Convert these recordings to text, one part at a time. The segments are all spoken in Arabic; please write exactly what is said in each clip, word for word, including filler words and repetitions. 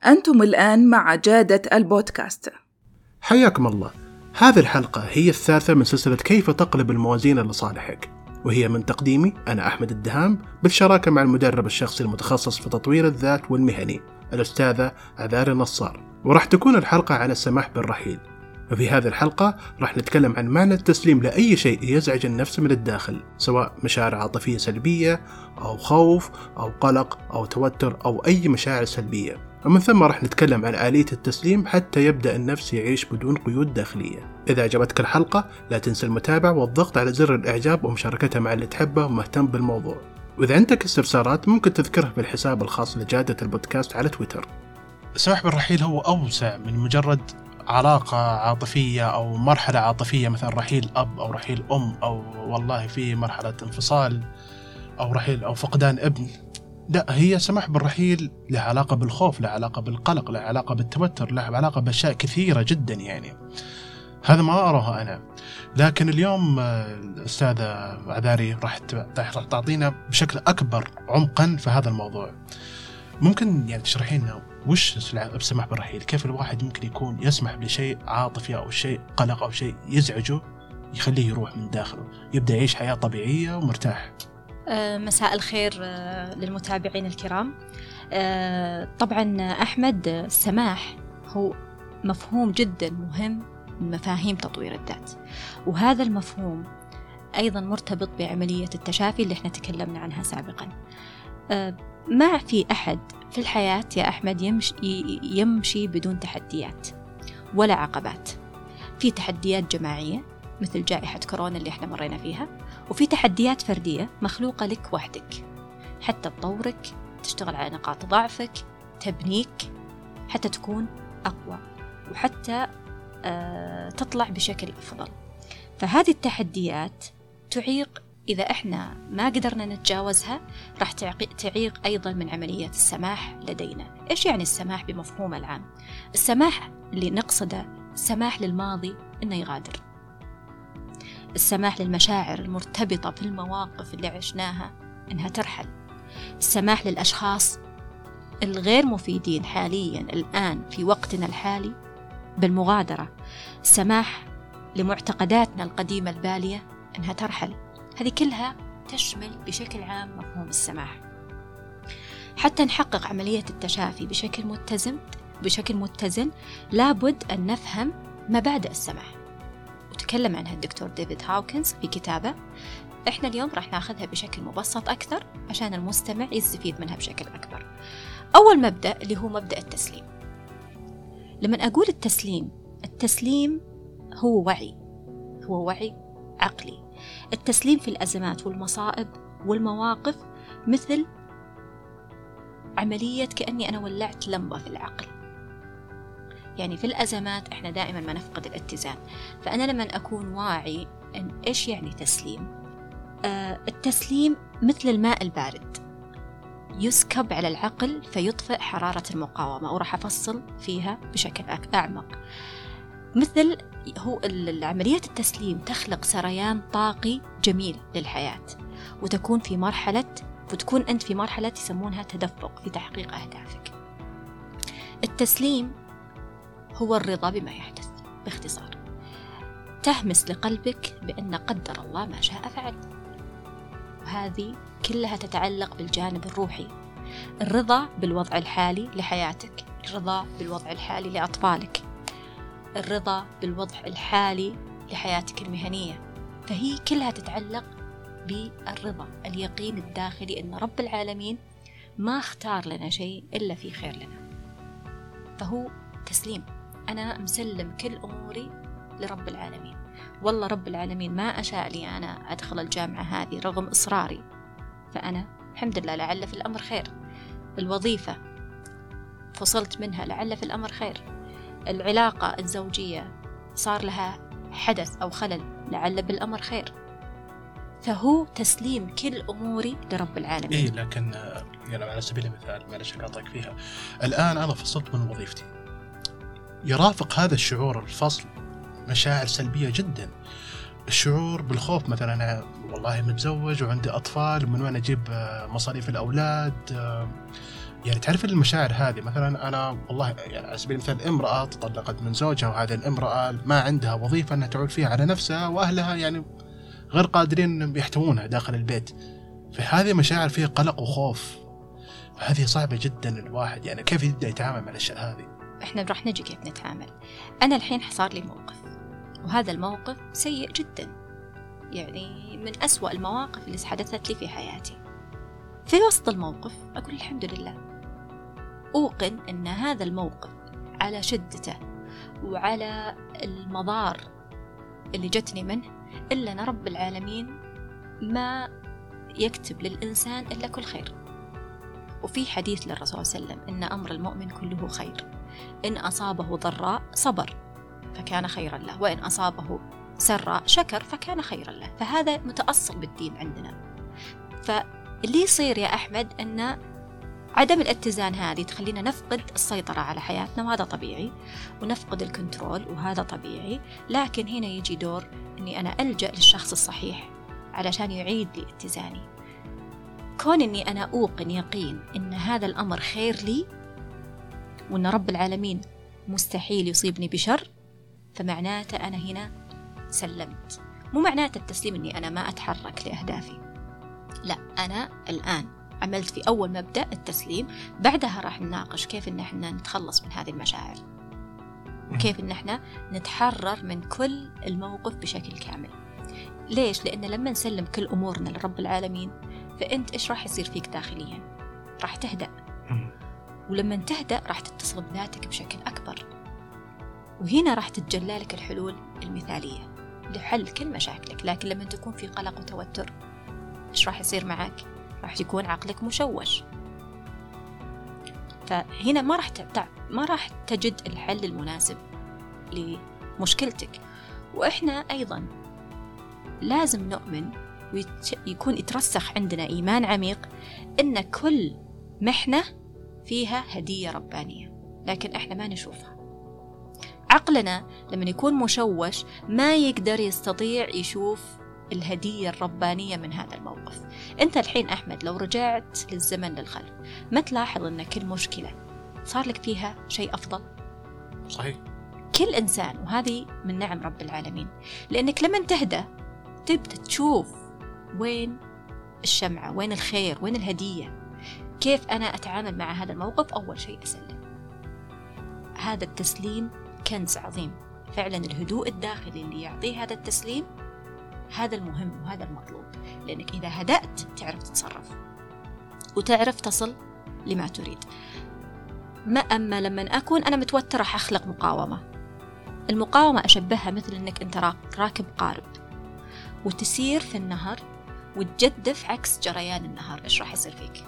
أنتم الآن مع جادة البودكاست. حياكم الله. هذه الحلقة هي الثالثة من سلسلة كيف تقلب الموازين لصالحك، وهي من تقديمي أنا أحمد الدهام بالشراكة مع المدرب الشخصي المتخصص في تطوير الذات والمهني الأستاذة عذاري نصار. وراح تكون الحلقة عن السماح بالرحيل. وفي هذه الحلقة راح نتكلم عن معنى التسليم لأي شيء يزعج النفس من الداخل، سواء مشاعر عاطفية سلبية أو خوف أو قلق أو توتر أو أي مشاعر سلبية. ومن ثم راح نتكلم عن آلية التسليم حتى يبدأ النفس يعيش بدون قيود داخلية. إذا عجبتك الحلقة لا تنسى المتابعة والضغط على زر الإعجاب ومشاركتها مع اللي تحبه ومهتم بالموضوع. وإذا عندك استفسارات ممكن تذكرها في الحساب الخاص لجادة البودكاست على تويتر. السماح بالرحيل هو أوسع من مجرد علاقة عاطفية أو مرحلة عاطفية، مثل رحيل أب أو رحيل أم أو والله في مرحلة انفصال أو رحيل أو فقدان ابن. لا، هي سماح بالرحيل له علاقة بالخوف، له علاقة بالقلق، له علاقة بالتوتر، له علاقة بأشياء كثيرة جدا. يعني هذا ما أراه أنا. لكن اليوم الأستاذة عذاري راح تعطينا بشكل أكبر عمقا في هذا الموضوع. ممكن يعني تشرحي لنا وش السماح بالرحيل؟ كيف الواحد ممكن يكون يسمح بشيء عاطفي أو شيء قلق أو شيء يزعجه يخليه يروح من داخله، يبدأ يعيش حياة طبيعية ومرتاح؟ مساء الخير للمتابعين الكرام. طبعا أحمد، السماح هو مفهوم جدا مهم من مفاهيم تطوير الذات، وهذا المفهوم أيضا مرتبط بعملية التشافي اللي احنا تكلمنا عنها سابقا. ما في أحد في الحياة يا أحمد يمشي, يمشي بدون تحديات ولا عقبات. في تحديات جماعية مثل جائحة كورونا اللي احنا مرينا فيها، وفي تحديات فردية مخلوقة لك وحدك حتى تطورك، تشتغل على نقاط ضعفك، تبنيك حتى تكون أقوى وحتى آه تطلع بشكل أفضل. فهذه التحديات تعيق، إذا إحنا ما قدرنا نتجاوزها راح تعيق أيضا من عملية السماح لدينا. إيش يعني السماح بمفهوم العام؟ السماح اللي نقصده السماح للماضي إنه يغادر، السماح للمشاعر المرتبطة في المواقف اللي عشناها إنها ترحل، السماح للأشخاص الغير مفيدين حاليا الآن في وقتنا الحالي بالمغادرة، السماح لمعتقداتنا القديمة البالية إنها ترحل. هذه كلها تشمل بشكل عام مفهوم السماح. حتى نحقق عملية التشافي بشكل متزن بشكل متزن لابد أن نفهم مبادئ السماح، وتكلم عنها الدكتور ديفيد هاوكنز في كتابه. إحنا اليوم راح ناخذها بشكل مبسط أكثر عشان المستمع يستفيد منها بشكل أكبر. أول مبدأ اللي هو مبدأ التسليم. لما أقول التسليم، التسليم هو وعي، هو وعي عقلي. التسليم في الأزمات والمصائب والمواقف مثل عملية كأني أنا ولعت لمبة في العقل. يعني في الأزمات إحنا دائما ما نفقد الاتزان، فأنا لما أكون واعي إن إيش يعني تسليم. آه التسليم مثل الماء البارد يسكب على العقل فيطفئ حرارة المقاومة، وراح أفصل فيها بشكل أعمق. مثل هو العملية التسليم تخلق سريان طاقي جميل للحياة، وتكون في مرحلة وتكون أنت في مرحلة يسمونها تدفق في تحقيق أهدافك. التسليم هو الرضا بما يحدث. باختصار، تهمس لقلبك بأن قدر الله ما شاء فعل، وهذه كلها تتعلق بالجانب الروحي. الرضا بالوضع الحالي لحياتك، الرضا بالوضع الحالي لأطفالك، الرضا بالوضع الحالي لحياتك المهنية. فهي كلها تتعلق بالرضا، اليقين الداخلي أن رب العالمين ما اختار لنا شيء إلا في خير لنا. فهو تسليم، أنا مسلم كل أموري لرب العالمين. والله رب العالمين ما أشاء لي أنا أدخل الجامعة هذه رغم إصراري، فأنا الحمد لله لعل في الأمر خير. الوظيفة فصلت منها لعل في الأمر خير. العلاقة الزوجية صار لها حدث أو خلل لعل بالأمر خير. فهو تسليم كل أموري لرب العالمين. إيه، لكن يعني على سبيل المثال، معلش أقاطعك فيها، الآن أنا فصلت من وظيفتي، يرافق هذا الشعور الفصل مشاعر سلبية جدا. الشعور بالخوف، مثلا أنا والله متزوج وعندي أطفال، من وين أجيب مصاريف الأولاد، يعني تعرف المشاعر هذه، مثلا أنا والله يعني على سبيل المثال امرأة تطلقت من زوجها، وهذه الامرأة ما عندها وظيفة أنها تعول فيها على نفسها، وأهلها يعني غير قادرين أن يحتوونها داخل البيت، فهذه مشاعر فيها قلق وخوف، فهذه صعبة جدا الواحد يعني كيف يبدأ يتعامل مع الأشياء هذه. إحنا راح نجي كيف نتعامل. أنا الحين صار لي موقف، وهذا الموقف سيء جدا، يعني من أسوأ المواقف اللي حدثت لي في حياتي. في وسط الموقف أقول الحمد لله، أوقن أن هذا الموقف على شدته وعلى المضار اللي جتني منه إلا أن رب العالمين ما يكتب للإنسان إلا كل خير. وفي حديث للرسول صلى الله عليه وسلم إن أمر المؤمن كله خير، إن أصابه ضراء صبر فكان خيرا له، وإن أصابه سراء شكر فكان خيرا له. فهذا متأصل بالدين عندنا. فاللي يصير يا أحمد أن عدم الاتزان هذه تخلينا نفقد السيطرة على حياتنا، وهذا طبيعي، ونفقد الكنترول، وهذا طبيعي. لكن هنا يجي دور أني أنا ألجأ للشخص الصحيح علشان يعيد لي اتزاني. كون أني أنا أوقن يقين أن هذا الأمر خير لي، وأن رب العالمين مستحيل يصيبني بشر، فمعناته أنا هنا سلمت. مو معناته التسليم أني أنا ما أتحرك لأهدافي، لا، أنا الآن عملت في أول مبدأ التسليم، بعدها راح نناقش كيف إن إحنا نتخلص من هذه المشاعر، وكيف إن إحنا نتحرر من كل الموقف بشكل كامل. ليش؟ لأن لما نسلم كل أمورنا لرب العالمين، فأنت إيش راح يصير فيك داخليا؟ راح تهدأ، ولما تهدأ راح تتصل بذاتك بشكل أكبر، وهنا راح تتجلى لك الحلول المثالية لحل كل مشاكلك. لكن لما تكون في قلق وتوتر، إيش راح يصير معك؟ راح يكون عقلك مشوش، فهنا ما راح تع... ما راح تجد الحل المناسب لمشكلتك. وإحنا أيضا لازم نؤمن ويكون يترسخ عندنا إيمان عميق إن كل محنة فيها هدية ربانية، لكن إحنا ما نشوفها. عقلنا لما يكون مشوش ما يقدر يستطيع يشوف الهدية الربانية من هذا الموقف. أنت الحين أحمد لو رجعت للزمن للخلف، ما تلاحظ أن كل مشكلة صار لك فيها شيء أفضل؟ صحيح. كل إنسان، وهذه من نعم رب العالمين، لأنك لما تهدى تبدأ تشوف وين الشمعة، وين الخير، وين الهدية. كيف أنا أتعامل مع هذا الموقف؟ أول شيء أسلم. هذا التسليم كنز عظيم فعلا. الهدوء الداخلي اللي يعطيه هذا التسليم هذا المهم وهذا المطلوب، لأنك إذا هدأت تعرف تتصرف وتعرف تصل لما تريد. ما أما لما أكون أنا متوترة حخلق مقاومة. المقاومة أشبهها مثل أنك أنت راكب قارب وتسير في النهر وتجدف عكس جريان النهر، إيش راح يصير فيك؟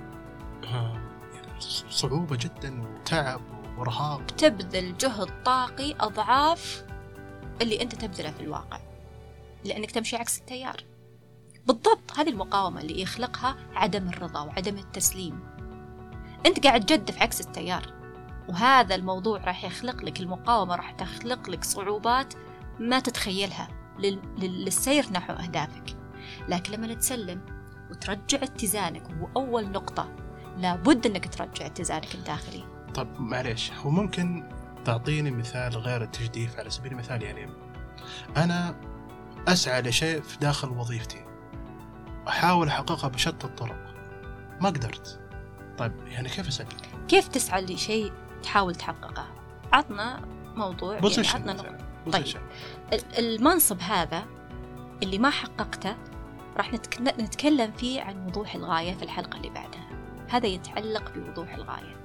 صعوبة جدا وتعب ورهاق، تبذل جهد طاقي أضعاف اللي أنت تبذله في الواقع، لأنك تمشي عكس التيار. بالضبط هذه المقاومة اللي يخلقها عدم الرضا وعدم التسليم. أنت قاعد تجدف عكس التيار، وهذا الموضوع راح يخلق لك المقاومة، راح تخلق لك صعوبات ما تتخيلها للسير نحو أهدافك. لكن لما تسلم وترجع اتزانك، وهو أول نقطة لابد أنك ترجع اتزانك الداخلي. طب معليش، هو ممكن تعطيني مثال غير التجديف؟ على سبيل المثال يعني أنا أسعى لشيء في داخل وظيفتي، أحاول أحققها بشتى الطرق، ما قدرت. طيب يعني كيف أسعى؟ كيف تسعى لشيء تحاول تحققه؟ عطنا موضوع، يعني عطنا نقطة. طيب المنصب هذا اللي ما حققته راح نتكلم فيه عن وضوح الغاية في الحلقة اللي بعدها. هذا يتعلق بوضوح الغاية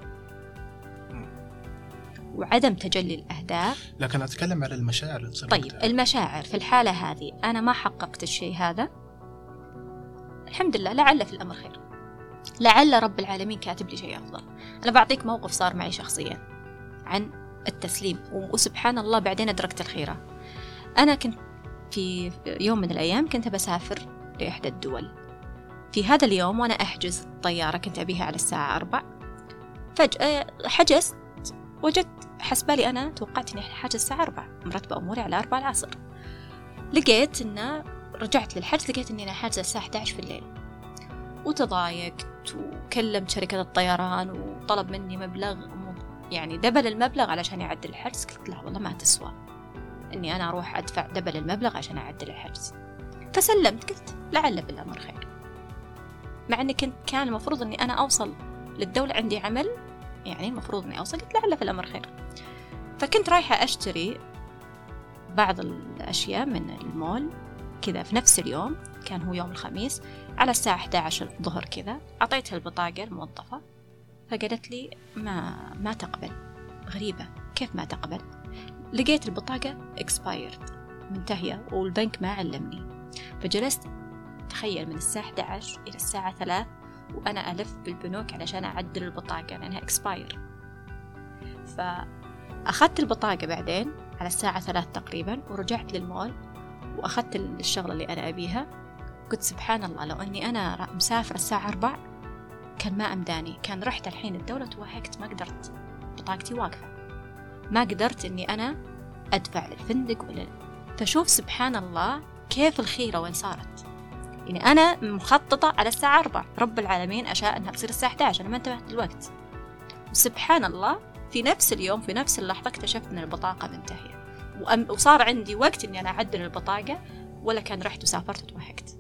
وعدم تجلي الأهداف. لكن أتكلم على المشاعر اللي تصير. طيب متعب. المشاعر في الحالة هذه أنا ما حققت الشيء هذا، الحمد لله، لعل في الأمر خير، لعل رب العالمين كاتب لي شيء أفضل. أنا بعطيك موقف صار معي شخصيا عن التسليم، وسبحان الله بعدين أدركت الخيرة. أنا كنت في يوم من الأيام كنت بسافر لإحدى الدول. في هذا اليوم وأنا أحجز الطيارة، كنت أبيها على الساعة أربع، فجأة حجزت، وجدت حسبالي أنا توقعت إني حاجز الساعة أربع، مرتبة أموري على أربع العصر. لقيت إن رجعت للحجز لقيت إني أنا حاجزة الساعة أحد عشر في الليل، وتضايقت وكلمت شركة الطيران وطلب مني مبلغ يعني دبل المبلغ علشان يعدل الحجز. قلت لا والله ما تسوى إني أنا أروح أدفع دبل المبلغ عشان أعدل الحجز. فسلمت، قلت لعل بالأمر خير، مع أني كنت كان المفروض أني أنا أوصل للدولة، عندي عمل يعني المفروض أني أوصل، قلت لعل في الأمر خير. فكنت رايحة أشتري بعض الأشياء من المول كذا في نفس اليوم، كان هو يوم الخميس على الساعة إحدى عشر الظهر كذا. أعطيتها البطاقة الموظفة فقالت لي ما ما تقبل. غريبة، كيف ما تقبل؟ لقيت البطاقة expired منتهية والبنك ما علمني. فجلست تخيل من الساعة إحدى عشر إلى الساعة ثلاث وأنا ألف بالبنوك علشان أعدل البطاقة لأنها expire. فأخذت البطاقة بعدين على الساعة ثلاث تقريبا ورجعت للمول وأخذت الشغلة اللي أنا أبيها. قلت سبحان الله، لو أني أنا مسافرة الساعة أربع كان ما أمداني، كان رحت الحين الدولة توهقت، ما قدرت، بطاقتي واقفة، ما قدرت أني أنا أدفع للفندق ولا. فشوف سبحان الله كيف الخيرة وين صارت. يعني أنا مخططة على الساعة أربع، رب العالمين أشاء أنها تصير الساعة إحدى عشر، أنا ما انتبهت للوقت. سبحان الله في نفس اليوم في نفس اللحظة اكتشفت أن البطاقة منتهية وصار عندي وقت أني أنا أعدل البطاقة، ولا كان رحت وسافرت وتوهقت.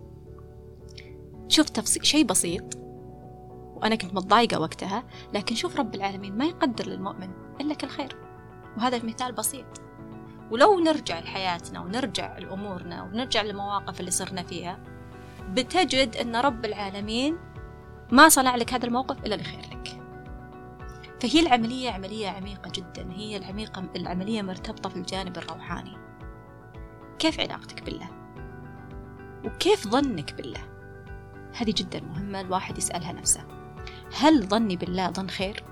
شوف تفصيل شيء بسيط وأنا كنت متضايقة وقتها، لكن شوف رب العالمين ما يقدر للمؤمن إلا كل خير. وهذا المثال بسيط. ولو نرجع لحياتنا ونرجع لأمورنا ونرجع للمواقف اللي صرنا فيها، بتجد أن رب العالمين ما صنع لك هذا الموقف إلا لخير لك. فهي العملية عملية عميقة جدا، هي العميقة العملية مرتبطة في الجانب الروحاني. كيف علاقتك بالله؟ وكيف ظنك بالله؟ هذه جدا مهمة الواحد يسألها نفسه. هل ظني بالله ظن خير؟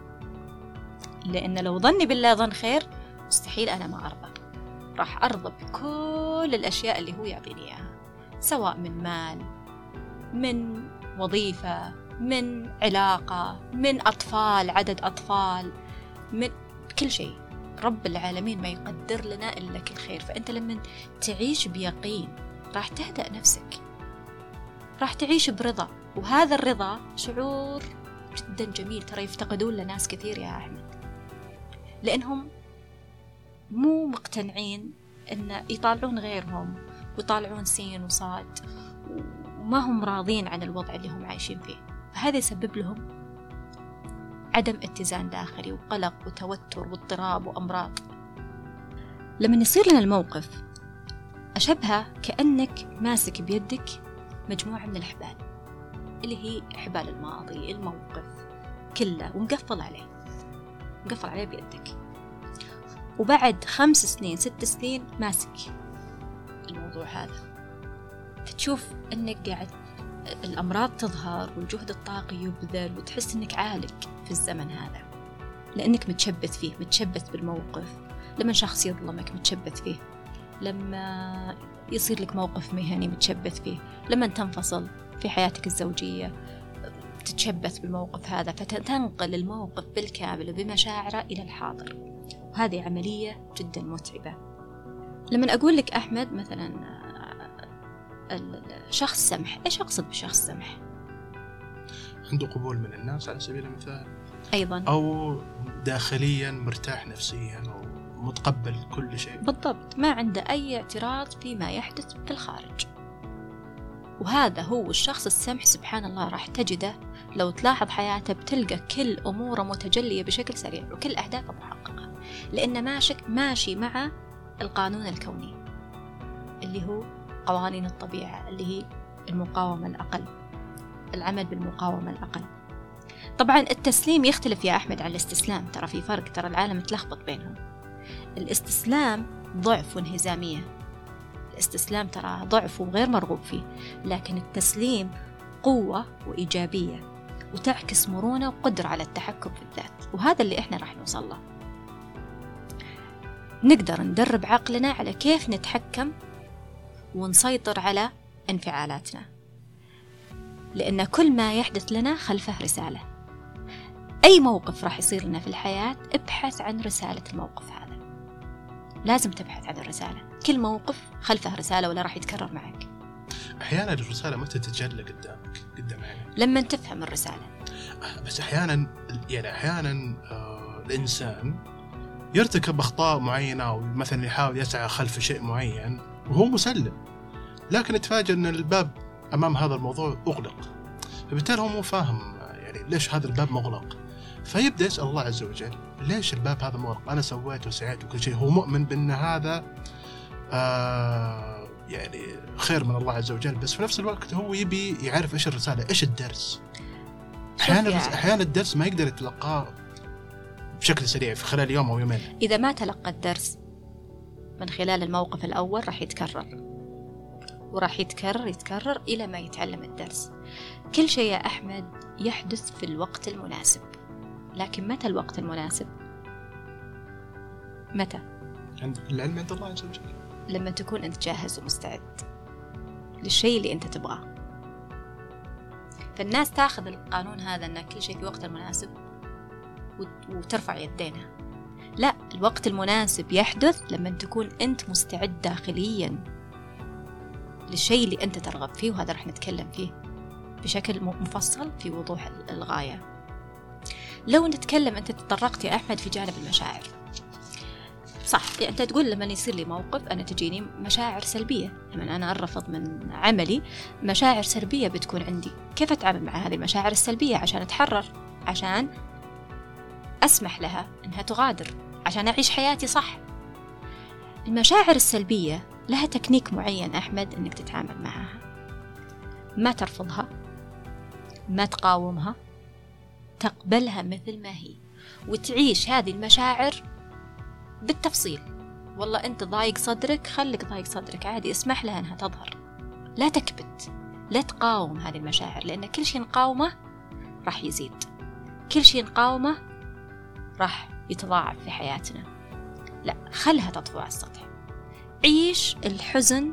لأن لو ظني بالله ظن خير مستحيل أنا ما أرضى، راح أرضى بكل الأشياء اللي هو يعطيني إياها، سواء من مال، من وظيفة، من علاقة، من أطفال، عدد أطفال، من كل شيء. رب العالمين ما يقدر لنا إلا كل خير. فأنت لما تعيش بيقين راح تهدأ نفسك، راح تعيش برضا، وهذا الرضا شعور جدا جميل. ترى يفتقدون لناس كثير يا أحمد، لأنهم مو مقتنعين أن يطالعون غيرهم ويطالعون سين وصاد وما هم راضين عن الوضع اللي هم عايشين فيه. فهذا يسبب لهم عدم اتزان داخلي وقلق وتوتر واضطراب وأمراض. لما يصير لنا الموقف أشبهه كأنك ماسك بيدك مجموعة من الأحبال اللي هي أحبال الماضي، الموقف كله، ومقفل عليه مقفل عليه بيدك، وبعد خمس سنين ست سنين ماسك الموضوع هذا، فتشوف أنك قاعد الأمراض تظهر والجهد الطاقي يبذل وتحس أنك عالق في الزمن هذا، لأنك متشبث فيه، متشبث بالموقف. لما شخص يظلمك متشبث فيه، لما يصير لك موقف مهني متشبث فيه، لما تنفصل في حياتك الزوجية تتشبث بالموقف هذا، فتنقل الموقف بالكامل بمشاعره إلى الحاضر. وهذه عملية جدا متعبة. لما أقول لك أحمد مثلا الشخص سمح، إيش أقصد بشخص سمح؟ عنده قبول من الناس على سبيل المثال، أيضا، أو داخليا مرتاح نفسيا ومتقبل كل شيء. بالضبط، ما عنده أي اعتراض فيما يحدث في الخارج. وهذا هو الشخص السمح. سبحان الله راح تجده لو تلاحظ حياته بتلقى كل أموره متجلية بشكل سريع وكل أهدافه محققة، لأنه ماشي ماشي مع القانون الكوني اللي هو قوانين الطبيعة، اللي هي المقاومة الأقل، العمل بالمقاومة الأقل. طبعا التسليم يختلف يا أحمد عن الاستسلام، ترى في فرق، ترى العالم تلخبط بينهم. الاستسلام ضعف وانهزامية، الاستسلام ترى ضعف وغير مرغوب فيه، لكن التسليم قوة وإيجابية وتعكس مرونة وقدرة على التحكم في الذات. وهذا اللي إحنا راح نوصل له. نقدر ندرب عقلنا على كيف نتحكم ونسيطر على انفعالاتنا، لأن كل ما يحدث لنا خلفه رسالة. أي موقف راح يصير لنا في الحياة ابحث عن رسالة الموقف هذا، لازم تبحث عن الرسالة. كل موقف خلفه رسالة ولا راح يتكرر معك. أحيانا الرسالة متى تتجلى قدامك قدام عينك؟ لما تفهم الرسالة. بس أحيانا يعني أحيانا آه الإنسان يرتكب أخطاء معينة أو مثلا يحاول يسعى خلف شيء معين وهو مسلم، لكن يتفاجأ أن الباب أمام هذا الموضوع أغلق، فبالتالي هو مو فاهم يعني ليش هذا الباب مغلق، فيبدأ يسأل الله عز وجل ليش الباب هذا مغلق؟ أنا سويت وسعيت وكل شيء. هو مؤمن بأن هذا آه يعني خير من الله عز وجل، بس في نفس الوقت هو يبي يعرف إيش الرسالة، إيش الدرس. أحيانا يعني. أحيانا الدرس ما يقدر يتلقاه بشكل سريع في خلال يوم أو يومين. إذا ما تلقى الدرس من خلال الموقف الأول راح يتكرر وراح يتكرر يتكرر إلى ما يتعلم الدرس. كل شيء يا أحمد يحدث في الوقت المناسب، لكن متى الوقت المناسب؟ متى؟ عند العلم عند الله عز وجل. لما تكون أنت جاهز ومستعد للشيء اللي أنت تبغاه. فالناس تاخذ القانون هذا أن كل شيء في وقت المناسب وترفع يدينها. لا، الوقت المناسب يحدث لما تكون أنت مستعد داخليا للشيء اللي أنت ترغب فيه، وهذا رح نتكلم فيه بشكل مفصل في وضوح الغاية. لو نتكلم أنت تطرقت يا أحمد في جانب المشاعر، صح، يعني أنت تقول لما يصير لي موقف أنا تجيني مشاعر سلبية، لما أنا أرفض من عملي مشاعر سلبية بتكون عندي، كيف أتعامل مع هذه المشاعر السلبية عشان أتحرر، عشان أسمح لها أنها تغادر، عشان أعيش حياتي صح. المشاعر السلبية لها تكنيك معين أحمد أنك تتعامل معها، ما ترفضها، ما تقاومها، تقبلها مثل ما هي وتعيش هذه المشاعر بالتفصيل. والله أنت ضايق صدرك، خليك ضايق صدرك عادي، اسمح لها أنها تظهر، لا تكبت، لا تقاوم هذه المشاعر، لأن كل شيء نقاومه راح يزيد، كل شيء نقاومه راح يتضاعف في حياتنا. لا، خلها تطفو على السطح، عيش الحزن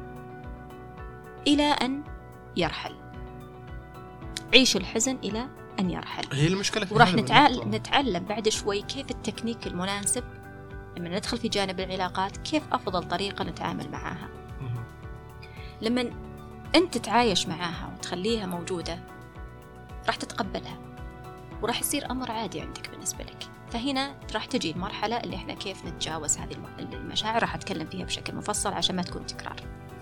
إلى أن يرحل، عيش الحزن إلى أن يرحل. هي المشكلة في وراح نتعلم نتعلم بعد شوي كيف التكنيك المناسب لما ندخل في جانب العلاقات، كيف أفضل طريقة نتعامل معها. لما أنت تتعايش معها وتخليها موجودة راح تتقبلها وراح يصير أمر عادي عندك بالنسبة لك. فهنا راح تجي المرحلة اللي إحنا كيف نتجاوز هذه المشاعر، راح أتكلم فيها بشكل مفصل عشان ما تكون تكرار.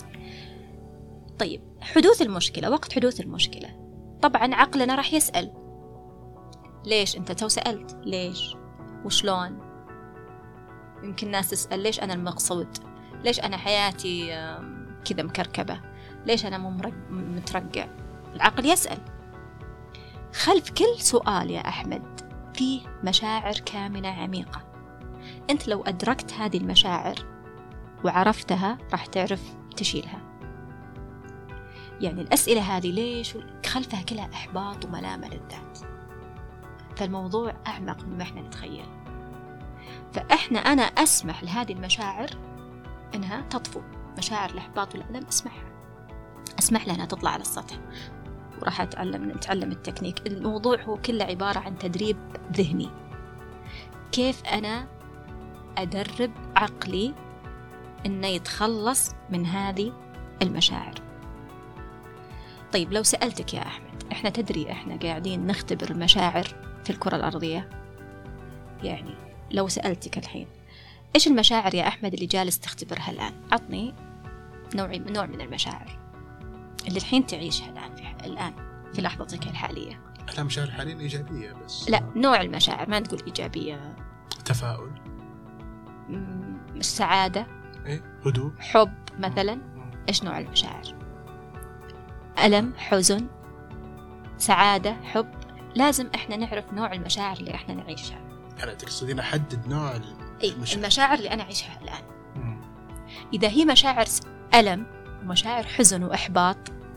طيب، حدوث المشكلة، وقت حدوث المشكلة طبعا عقلنا راح يسأل ليش. أنت تو سألت ليش وشلون. يمكن ناس تسأل ليش أنا المقصود، ليش أنا حياتي كذا مكركبة، ليش أنا مترقع. العقل يسأل. خلف كل سؤال يا أحمد فيه مشاعر كامنة عميقة. أنت لو أدركت هذه المشاعر وعرفتها راح تعرف تشيلها. يعني الأسئلة هذه ليش خلفها كلها إحباط وملامة للذات، فالموضوع أعمق مما إحنا نتخيل. فإحنا أنا أسمح لهذه المشاعر إنها تطفو، مشاعر الإحباط والألم أسمحها، أسمح لها أنها تطلع على السطح، وراح أتعلم نتعلم التكنيك. الموضوع هو كله عبارة عن تدريب ذهني، كيف أنا أدرب عقلي إنه يتخلص من هذه المشاعر. طيب، لو سألتك يا أحمد، إحنا تدري إحنا قاعدين نختبر المشاعر في الكرة الأرضية، يعني لو سألتك الحين إيش المشاعر يا أحمد اللي جالس تختبرها الآن؟ عطني نوع نوع من المشاعر اللي الحين تعيشها الآن في الآن في لحظتك الحالية. أنا مشاعر حاليا إيجابية بس. لا، نوع المشاعر، ما تقول إيجابية. تفاؤل، مش سعادة، إيه؟ هدوء، حب مثلا. إيش نوع المشاعر؟ ألم، حزن، سعادة، حب. لازم إحنا نعرف نوع المشاعر اللي إحنا نعيشها. أنا تقصدين أحدد نوع المشاعر. المشاعر اللي أنا أعيشها الآن. مم. إذا هي مشاعر ألم ومشاعر حزن وإحباط،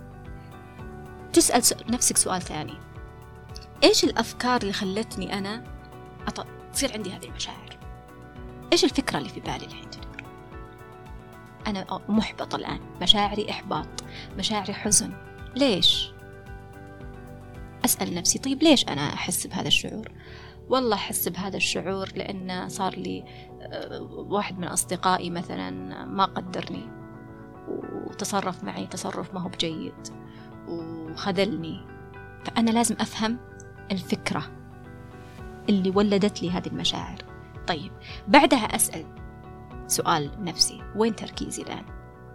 تسأل نفسك سؤال ثاني، إيش الأفكار اللي خلتني أنا أط... تصير عندي هذه المشاعر؟ إيش الفكرة اللي في بالي الحين؟ أنا محبط الآن، مشاعري إحباط، مشاعري حزن، ليش؟ أسأل نفسي، طيب ليش أنا أحس بهذا الشعور؟ والله أحس بهذا الشعور لأن صار لي واحد من أصدقائي مثلا ما قدرني وتصرف معي تصرف ما هو بجيد وخذلني، فأنا لازم أفهم الفكرة اللي ولدت لي هذه المشاعر. طيب بعدها أسأل سؤال نفسي، وين تركيزي الآن؟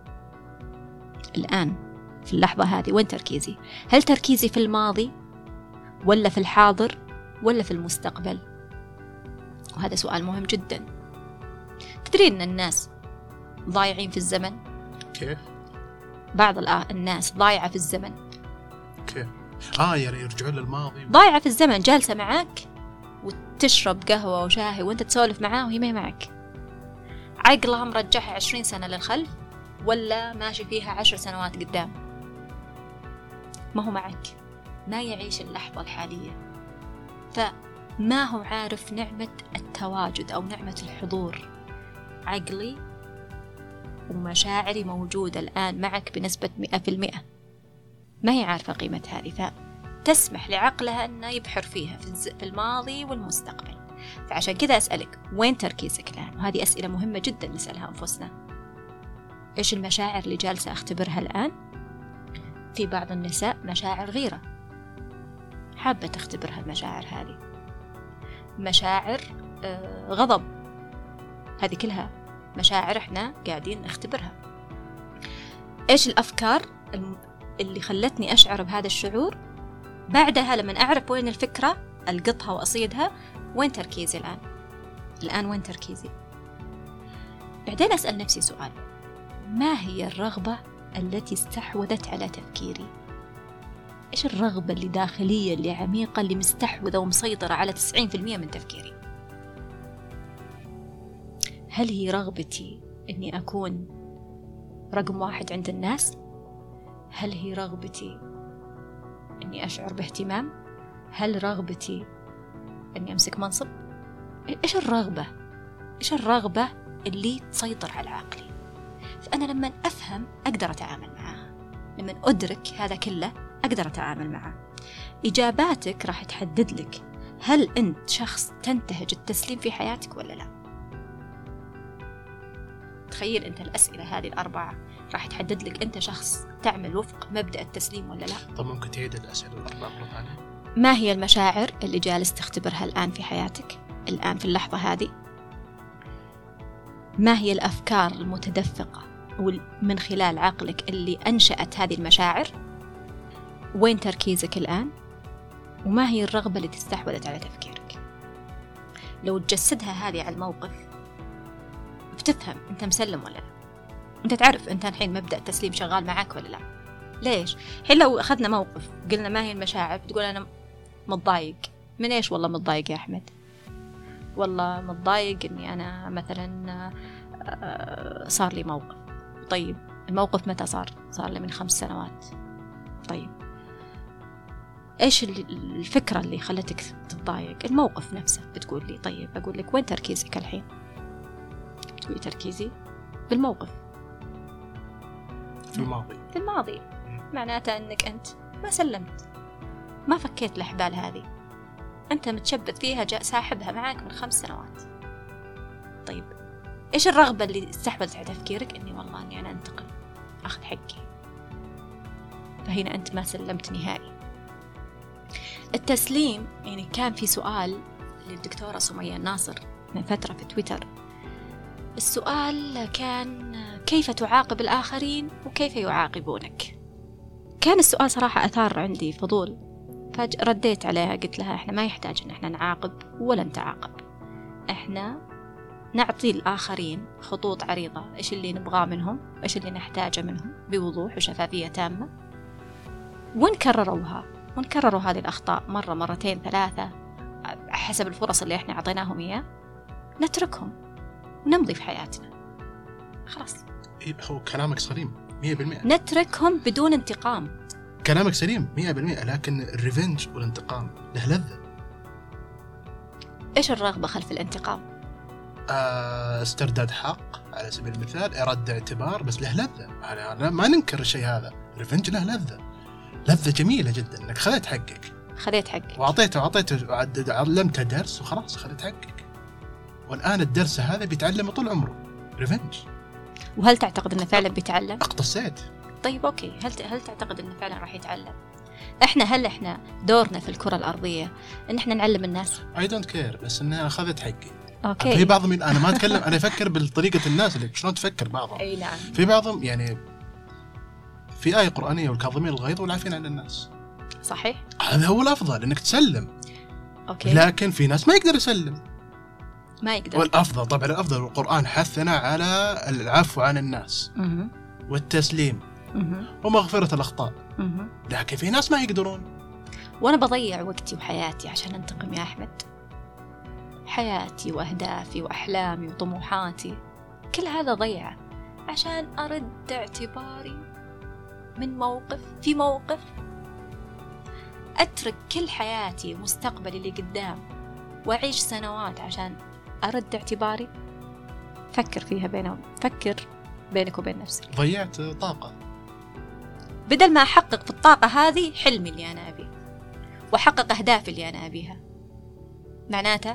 الآن في اللحظة هذه وين تركيزي؟ هل تركيزي في الماضي ولا في الحاضر ولا في المستقبل؟ وهذا سؤال مهم جدا. تدرين أن الناس ضايعين في الزمن؟ كيف؟ بعض الناس ضايعة في الزمن. كيف؟ آه يعني يرجعون للماضي. ضايعة في الزمن، جالسة معك وتشرب قهوة وشاهي وانت تسولف معاه وهي ما معك. عقلها مرجعها عشرين سنة للخلف ولا ماشي فيها عشر سنوات قدام. ما هو معك، ما يعيش اللحظة الحالية، فما هو عارف نعمة التواجد أو نعمة الحضور. عقلي ومشاعري موجودة الآن معك بنسبة مئة في المئة، ما هي عارفة قيمة هذه، فتسمح لعقلها أنه يبحر فيها في الماضي والمستقبل. فعشان كذا أسألك وين تركيزك الآن؟ وهذه أسئلة مهمة جدا نسألها أنفسنا. إيش المشاعر اللي جالسة أختبرها الآن؟ في بعض النساء مشاعر غيرة، حابة تختبرها المشاعر هذه. مشاعر آه غضب، هذه كلها مشاعر إحنا قاعدين نختبرها. إيش الأفكار اللي خلتني أشعر بهذا الشعور؟ بعدها لما أعرف وين الفكرة ألقطها وأصيدها. وين تركيزي الآن؟ الآن وين تركيزي؟ بعدين أسأل نفسي سؤال، ما هي الرغبة التي استحوذت على تفكيري؟ إيش الرغبة اللي داخلية اللي عميقة اللي مستحوذة ومسيطرة على تسعين في المئة من تفكيري؟ هل هي رغبتي أني أكون رقم واحد عند الناس؟ هل هي رغبتي أني أشعر باهتمام؟ هل رغبتي أني أمسك منصب؟ إيش الرغبة؟ إيش الرغبة اللي تسيطر على عقلي؟ فأنا لما أفهم أقدر أتعامل معها، لما أدرك هذا كله أقدر أتعامل معه. إجاباتك راح تحدد لك هل أنت شخص تنتهج التسليم في حياتك ولا لا. تخيل أنت الأسئلة هذه الأربعة راح تحدد لك أنت شخص تعمل وفق مبدأ التسليم ولا لا. طب ممكن تعيد الأسئلة الأربعة مرة ثانية؟ ما هي المشاعر اللي جالس تختبرها الآن في حياتك، الآن في اللحظة هذه؟ ما هي الأفكار المتدفقة من خلال عقلك اللي أنشأت هذه المشاعر؟ وين تركيزك الآن؟ وما هي الرغبة اللي تستحوذت على تفكيرك؟ لو تجسدها هذه على الموقف بتفهم أنت مسلم ولا لا. أنت تعرف أنت الحين مبدأ التسليم شغال معك ولا لا. ليش؟ حين لو أخذنا موقف قلنا ما هي المشاعر، بتقول أنا متضايق. من إيش والله متضايق يا أحمد؟ والله متضايق إني أنا مثلا صار لي موقف. طيب الموقف متى صار؟ صار لي من خمس سنوات. طيب إيش الفكرة اللي خلتك تتضايق؟ الموقف نفسه. بتقول لي طيب أقول لك وين تركيزك الحين؟ بتقولي تركيزي بالموقف، في الماضي. في الماضي معناته أنك أنت ما سلمت، ما فكيت الأحبال هذه، أنت متشبث فيها، جاء ساحبها معك من خمس سنوات. طيب إيش الرغبة اللي استحوذت على تفكيرك؟ إني والله إني أنا أنتقل أخذ حقي. فهنا أنت ما سلمت نهائي. التسليم يعني كان في سؤال للدكتورة سمية الناصر من فترة في تويتر. السؤال كان كيف تعاقب الآخرين وكيف يعاقبونك؟ كان السؤال صراحة أثار عندي فضول، فرديت عليها قلت لها إحنا ما يحتاج إن إحنا نعاقب ولا نتعاقب، إحنا نعطي الآخرين خطوط عريضة إيش اللي نبغاه منهم إيش اللي نحتاجه منهم بوضوح وشفافية تامة، ونكرروها ونكرروا هذه الأخطاء مرة مرتين ثلاثة حسب الفرص اللي إحنا عطيناهم إياه، نتركهم ونمضي في حياتنا خلاص. إيه هو كلامك سليم مية بالمية. نتركهم بدون انتقام. كلامك سليم مية بالمية، لكن الريفنج والانتقام له لذة. إيش الرغبة خلف الانتقام؟ آه استرداد حق على سبيل المثال، إرادة اعتبار، بس له لذة. أنا ما ننكر الشيء هذا، الريفنج له لذة، لذة جميلة جدا إنك خذيت حقك خذيت حقك وعطيته وعطيته علمته درس وخلاص خذيت حقك، والآن الدرس هذا بيتعلمه طول عمره. ريفنج وهل تعتقد أنه فعلا بيتعلم؟ اقتصيت. طيب أوكي، هل هل تعتقد أنه فعلا راح يتعلم؟ إحنا هل إحنا دورنا في الكرة الأرضية إن إحنا نعلم الناس؟ I don't care، بس إن أنا أخذت حقي. أوكي. في بعضهم، أنا ما أتكلم، أنا أفكر بالطريقة الناس اللي شلون تفكر بعضهم. أي نعم. في بعضهم يعني في آية قرآنية والكاظمين الغيظ والعافين عن الناس. صحيح. هذا هو الأفضل إنك تسلم. أوكي. لكن في ناس ما يقدر يسلم. ما يقدر. والأفضل طبعا الأفضل القرآن حثنا على العفو عن الناس مه. والتسليم مه. ومغفرة الأخطاء. مه. لكن في ناس ما يقدرون. وأنا بضيع وقتي وحياتي عشان أنتقم يا أحمد. حياتي وأهدافي وأحلامي وطموحاتي كل هذا ضيعه عشان أرد اعتباري من موقف في موقف. أترك كل حياتي ومستقبلي اللي قدام وأعيش سنوات عشان أرد اعتباري. فكر فيها بينهم، فكر بينك وبين نفسك. ضيعت طاقة. بدل ما أحقق في الطاقة هذه حلمي اللي أنا أبيه وأحقق أهدافي اللي أنا أبيها، معناته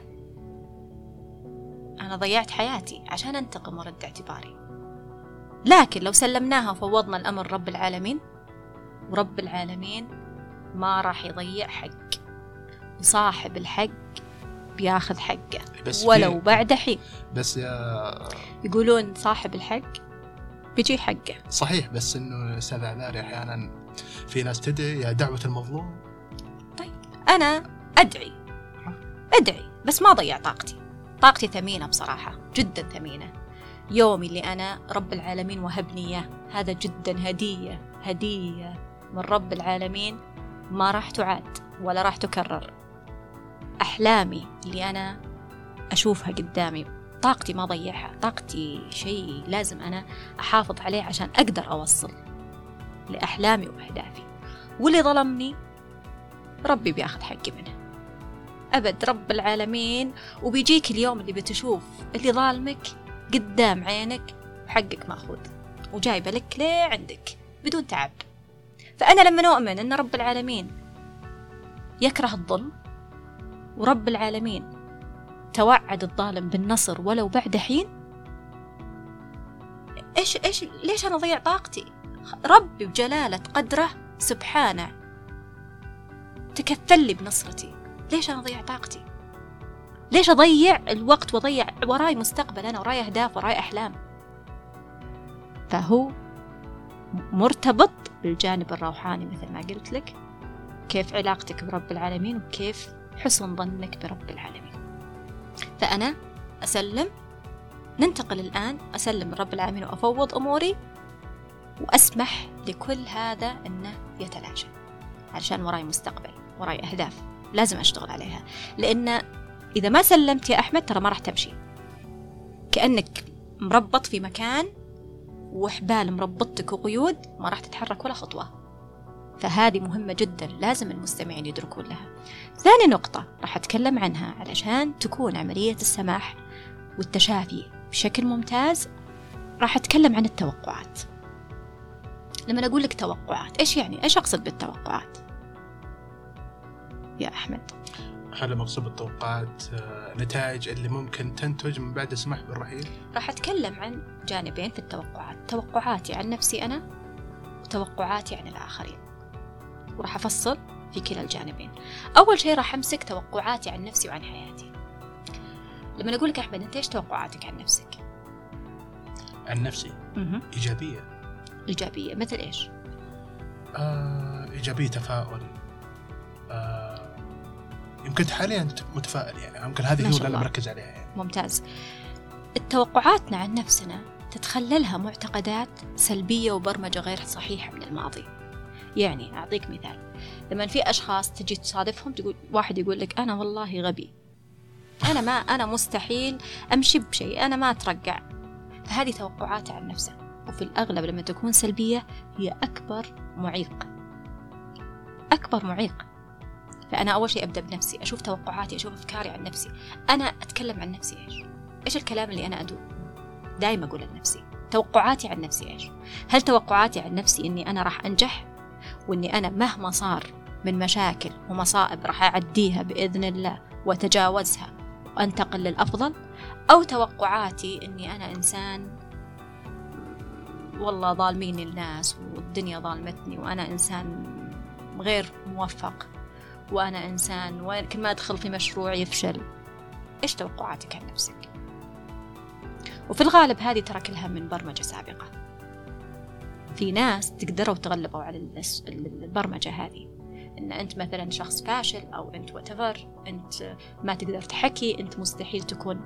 أنا ضيعت حياتي عشان أنتقم ورد اعتباري. لكن لو سلمناها وفوضنا الأمر رب العالمين، ورب العالمين ما راح يضيع حق، وصاحب الحق بياخذ حقه ولو بعد حين. بس يا يقولون صاحب الحق بيجي حقه. صحيح، بس إنه أستاذ عذاري أحيانا في ناس تدعي يا دعوة المظلوم. طيب أنا أدعي أدعي بس ما ضيع طاقتي. طاقتي ثمينة بصراحة، جدا ثمينة. يومي اللي أنا رب العالمين وهبني إياه هذا جدا هدية هدية من رب العالمين، ما راح تعاد ولا راح تكرر. أحلامي اللي أنا أشوفها قدامي طاقتي ما ضيعها. طاقتي شيء لازم أنا أحافظ عليه عشان أقدر أوصل لأحلامي وأهدافي. واللي ظلمني ربي بياخذ حقي منه أبد، رب العالمين. وبيجيك اليوم اللي بتشوف اللي ظالمك قدام عينك وحقك مأخوذ وجايبه لك ليه عندك بدون تعب. فأنا لما نؤمن أن رب العالمين يكره الظلم، ورب العالمين توعد الظالم بالنصر ولو بعد حين، إيش إيش ليش أنا أضيع طاقتي؟ ربي بجلالة قدره سبحانه تكفل لي بنصرتي، ليش أنا أضيع طاقتي؟ ليش أضيع الوقت وأضيع وراي مستقبل أنا، وراي أهداف، وراي أحلام؟ فهو مرتبط بالجانب الروحاني مثل ما قلت لك، كيف علاقتك برب العالمين وكيف حسن ظنك برب العالمين. فأنا أسلم، ننتقل الآن أسلم لرب العالمين وأفوض أموري وأسمح لكل هذا أنه يتلاشى، علشان وراي مستقبل، وراي أهداف لازم أشتغل عليها. لأن إذا ما سلمت يا أحمد ترى ما راح تمشي، كأنك مربط في مكان وحبال مربطتك وقيود، ما راح تتحرك ولا خطوة. فهذه مهمة جدا، لازم المستمعين يدركون لها. ثاني نقطة راح أتكلم عنها علشان تكون عملية السماح والتشافي بشكل ممتاز، راح أتكلم عن التوقعات. لما أقول لك توقعات، إيش يعني؟ إيش أقصد بالتوقعات يا أحمد؟ هل مقصود بالتوقعات نتائج اللي ممكن تنتج من بعد السماح بالرحيل؟ راح أتكلم عن جانبين في التوقعات، توقعاتي عن نفسي أنا وتوقعاتي عن الآخرين، وراح أفصل في كلا الجانبين. أول شيء راح أمسك توقعاتي عن نفسي وعن حياتي. لما أقول لك أحمد أنت إيش توقعاتك عن نفسك؟ عن نفسي م- إيجابية. إيجابية مثل إيش؟ آه، إيجابية تفاؤل. آه، يمكن حاليا متفائل، يعني يمكن هذه هو اللي أنا مركز عليها يعني. ممتاز. التوقعاتنا عن نفسنا تتخللها معتقدات سلبية وبرمجة غير صحيحة من الماضي. يعني أعطيك مثال، لما في أشخاص تجي تصادفهم تقول، واحد يقول لك أنا والله غبي، أنا ما أنا مستحيل أمشي بشيء، أنا ما أترقع. فهذه توقعات عن نفسه، وفي الأغلب لما تكون سلبية هي أكبر معيق، أكبر معيق. فأنا أول شيء أبدأ بنفسي، أشوف توقعاتي، أشوف أفكاري عن نفسي. أنا أتكلم عن نفسي إيش؟ إيش الكلام اللي أنا أدو دائما أقول لنفسي؟ توقعاتي عن نفسي إيش؟ هل توقعاتي عن نفسي إني أنا راح أنجح، وإني أنا مهما صار من مشاكل ومصائب راح أعديها بإذن الله وأتجاوزها وأنتقل للأفضل؟ أو توقعاتي إني أنا إنسان والله ظالميني الناس والدنيا ظالمتني وأنا إنسان غير موفق وأنا إنسان وكل ما أدخل في مشروع يفشل. إيش توقعاتك عن نفسك؟ وفي الغالب هذه ترى كلها من برمجة سابقة. في ناس تقدروا تغلبوا على البرمجة هذه، إن أنت مثلا شخص فاشل أو أنت whatever، أنت ما تقدر تحكي، أنت مستحيل تكون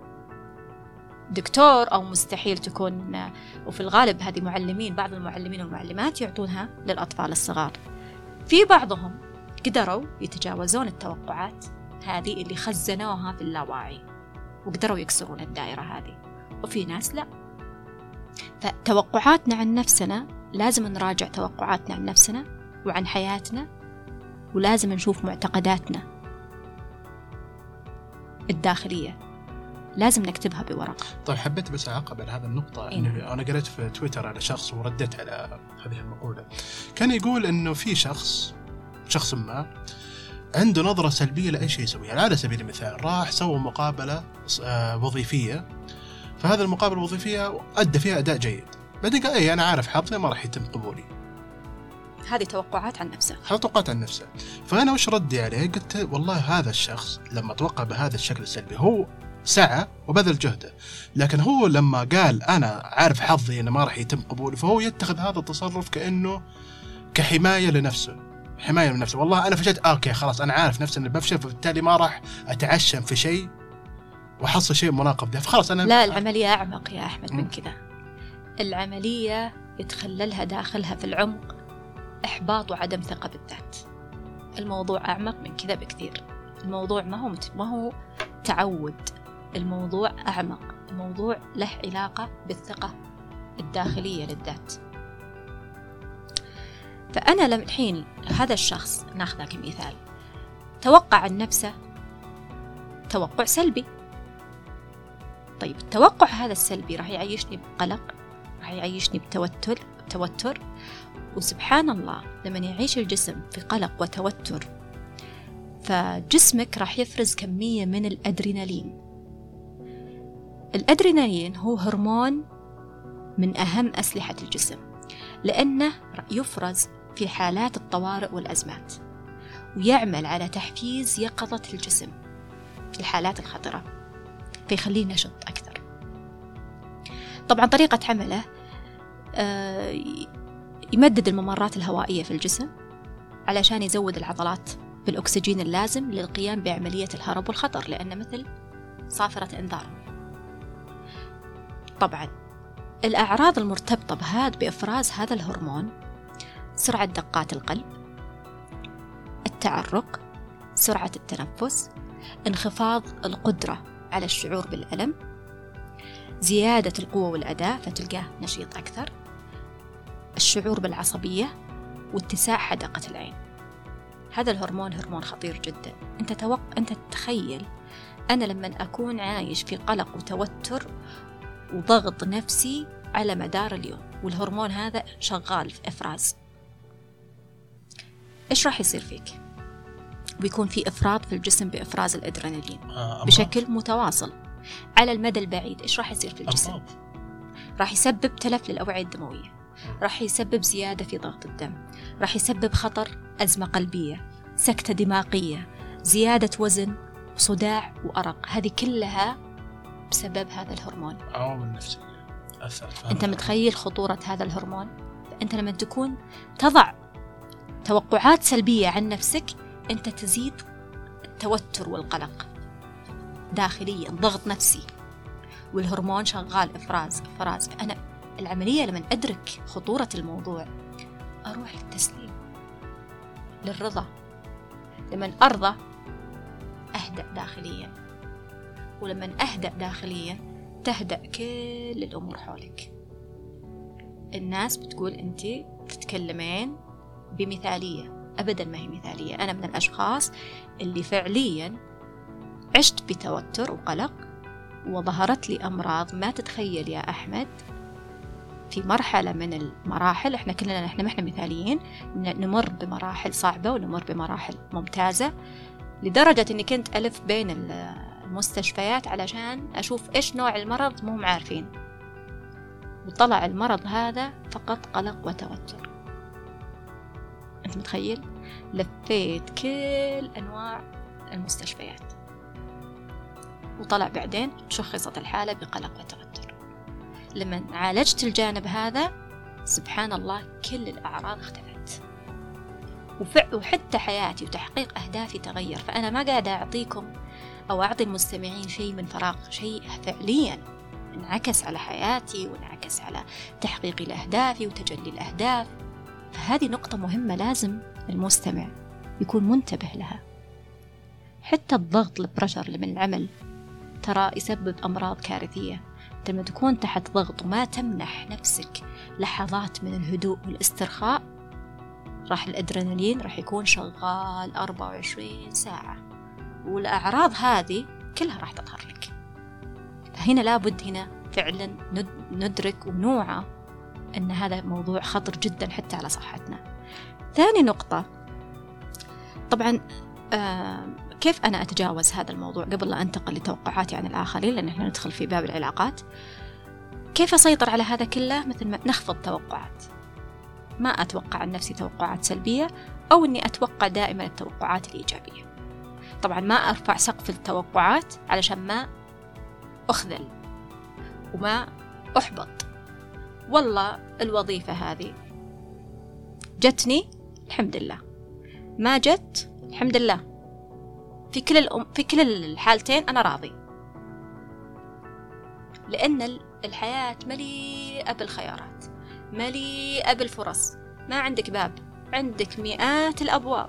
دكتور أو مستحيل تكون. وفي الغالب هذه معلمين، بعض المعلمين والمعلمات يعطونها للأطفال الصغار. في بعضهم قدروا يتجاوزون التوقعات هذه اللي خزنوها في اللاواعي وقدروا يكسرون الدائرة هذه، وفي ناس لا. فتوقعاتنا عن نفسنا لازم نراجع توقعاتنا عن نفسنا وعن حياتنا، ولازم نشوف معتقداتنا الداخلية لازم نكتبها بورقة. طيب حبيت بس أعقب على هذا النقطة. إيه؟ إنه أنا قرأت في تويتر على شخص وردت على هذه المقولة، كان يقول إنه في شخص شخص ما عنده نظرة سلبية لأي شيء يسويه. يعني على سبيل المثال راح سوى مقابلة وظيفية، فهذا المقابلة الوظيفية أدى فيها أداء جيد، بعدين قال إيه أنا عارف حظي ما راح يتم قبولي. هذه توقعات عن نفسه. هذه توقعات عن نفسه. فأنا وش ردي عليه؟ قلت والله هذا الشخص لما توقع بهذا الشكل السلبي هو سعى وبذل جهده، لكن هو لما قال أنا عارف حظي أنه ما راح يتم قبولي، فهو يتخذ هذا التصرف كأنه كحماية لنفسه، حماية لنفسه. والله أنا فشلت، أوكي خلاص أنا عارف نفسي أني بفشل، فبالتالي ما راح أتعشم في شيء وحصل شيء مناقض ده، فخلاص أنا. لا، العملية أعمق يا أحمد من كذا. العملية يتخللها داخلها في العمق إحباط وعدم ثقة بالذات. الموضوع أعمق من كذا بكثير. الموضوع ما هو مت... ما هو تعود، الموضوع أعمق، الموضوع له علاقة بالثقة الداخلية للذات. فأنا لما الحين هذا الشخص ناخذه كمثال توقع عن نفسه توقع سلبي. طيب التوقع هذا السلبي راح يعيشني بقلق، راح يعيشني بتوتر توتر وسبحان الله لما يعيش الجسم في قلق وتوتر فجسمك راح يفرز كمية من الأدرينالين. الأدرينالين هو هرمون من أهم أسلحة الجسم، لأنه يفرز في حالات الطوارئ والأزمات، ويعمل على تحفيز يقظة الجسم في الحالات الخطرة، فيخليه نشط أكثر. طبعا طريقة عمله يمدد الممرات الهوائية في الجسم علشان يزود العضلات بالأكسجين اللازم للقيام بعملية الهرب والخطر، لأنه مثل صافرة إنذار. طبعا الأعراض المرتبطة بهذا بإفراز هذا الهرمون سرعة دقات القلب، التعرق، سرعة التنفس، انخفاض القدرة على الشعور بالألم، زيادة القوة والأداء فتلقاه نشيط أكثر، الشعور بالعصبية، واتساع حدقة العين. هذا الهرمون هرمون خطير جدا. أنت توق... أنت تتخيل أنا لما أكون عايش في قلق وتوتر وضغط نفسي على مدار اليوم والهرمون هذا شغال في إفراز، إيش راح يصير فيك؟ بيكون في إفراط في الجسم بإفراز الأدرينالين بشكل متواصل على المدى البعيد. إيش راح يصير في الجسم؟ أمراض. راح يسبب تلف للأوعية الدموية، راح يسبب زيادة في ضغط الدم، راح يسبب خطر أزمة قلبية، سكتة دماغية، زيادة وزن، صداع وأرق. هذه كلها بسبب هذا الهرمون. عوامل نفسية أثر. أنت متخيل خطورة هذا الهرمون؟ أنت لما تكون تضع توقعات سلبية عن نفسك أنت تزيد التوتر والقلق داخليا، ضغط نفسي، والهرمون شغال إفراز إفراز. فأنا العملية لما أدرك خطورة الموضوع أروح للتسليم، للرضا. لما أرضى أهدأ داخليا، ولما أهدأ داخليا تهدأ كل الأمور حولك. الناس بتقول أنت تتكلمين بمثالية، أبدا ما هي مثالية. أنا من الأشخاص اللي فعليا عشت بتوتر وقلق وظهرت لي أمراض ما تتخيل يا أحمد. في مرحلة من المراحل إحنا كلنا إحنا ما إحنا مثاليين، نمر بمراحل صعبة ونمر بمراحل ممتازة، لدرجة إني كنت ألف بين المستشفيات علشان أشوف إيش نوع المرض مو عارفين. وطلع المرض هذا فقط قلق وتوتر. أنت متخيل؟ لفيت كل أنواع المستشفيات وطلع بعدين شخصت الحالة بقلق وتوتر. لما عالجت الجانب هذا سبحان الله كل الأعراض اختفت، وحتى حياتي وتحقيق أهدافي تغير. فأنا ما قاعدة أعطيكم أو أعطي المستمعين شيء من فراغ، شيء فعليا انعكس على حياتي وانعكس على تحقيق لأهدافي وتجلي الأهداف. فهذه نقطة مهمة لازم المستمع يكون منتبه لها. حتى الضغط البرشر اللي من العمل ترى يسبب أمراض كارثية. لما تكون تحت ضغط وما تمنح نفسك لحظات من الهدوء والاسترخاء راح الأدرينالين راح يكون شغال أربعة وعشرين ساعة، والأعراض هذه كلها راح تظهر لك. فهنا لابد هنا فعلا ندرك ونوعى أن هذا موضوع خطر جدا حتى على صحتنا. ثاني نقطة، طبعا آه كيف أنا أتجاوز هذا الموضوع قبل لا أنتقل لتوقعاتي عن الآخرين، لأن إحنا ندخل في باب العلاقات. كيف أسيطر على هذا كله؟ مثل ما نخفض توقعات، ما أتوقع عن نفسي توقعات سلبية، أو أني أتوقع دائما التوقعات الإيجابية. طبعا ما أرفع سقف التوقعات علشان ما أخذل وما أحبط. والله الوظيفة هذه جتني الحمد لله، ما جت الحمد لله، في كل الأم في كل الحالتين أنا راضي، لأن الحياة مليئة بالخيارات، مليئة بالفرص. ما عندك باب، عندك مئات الأبواب.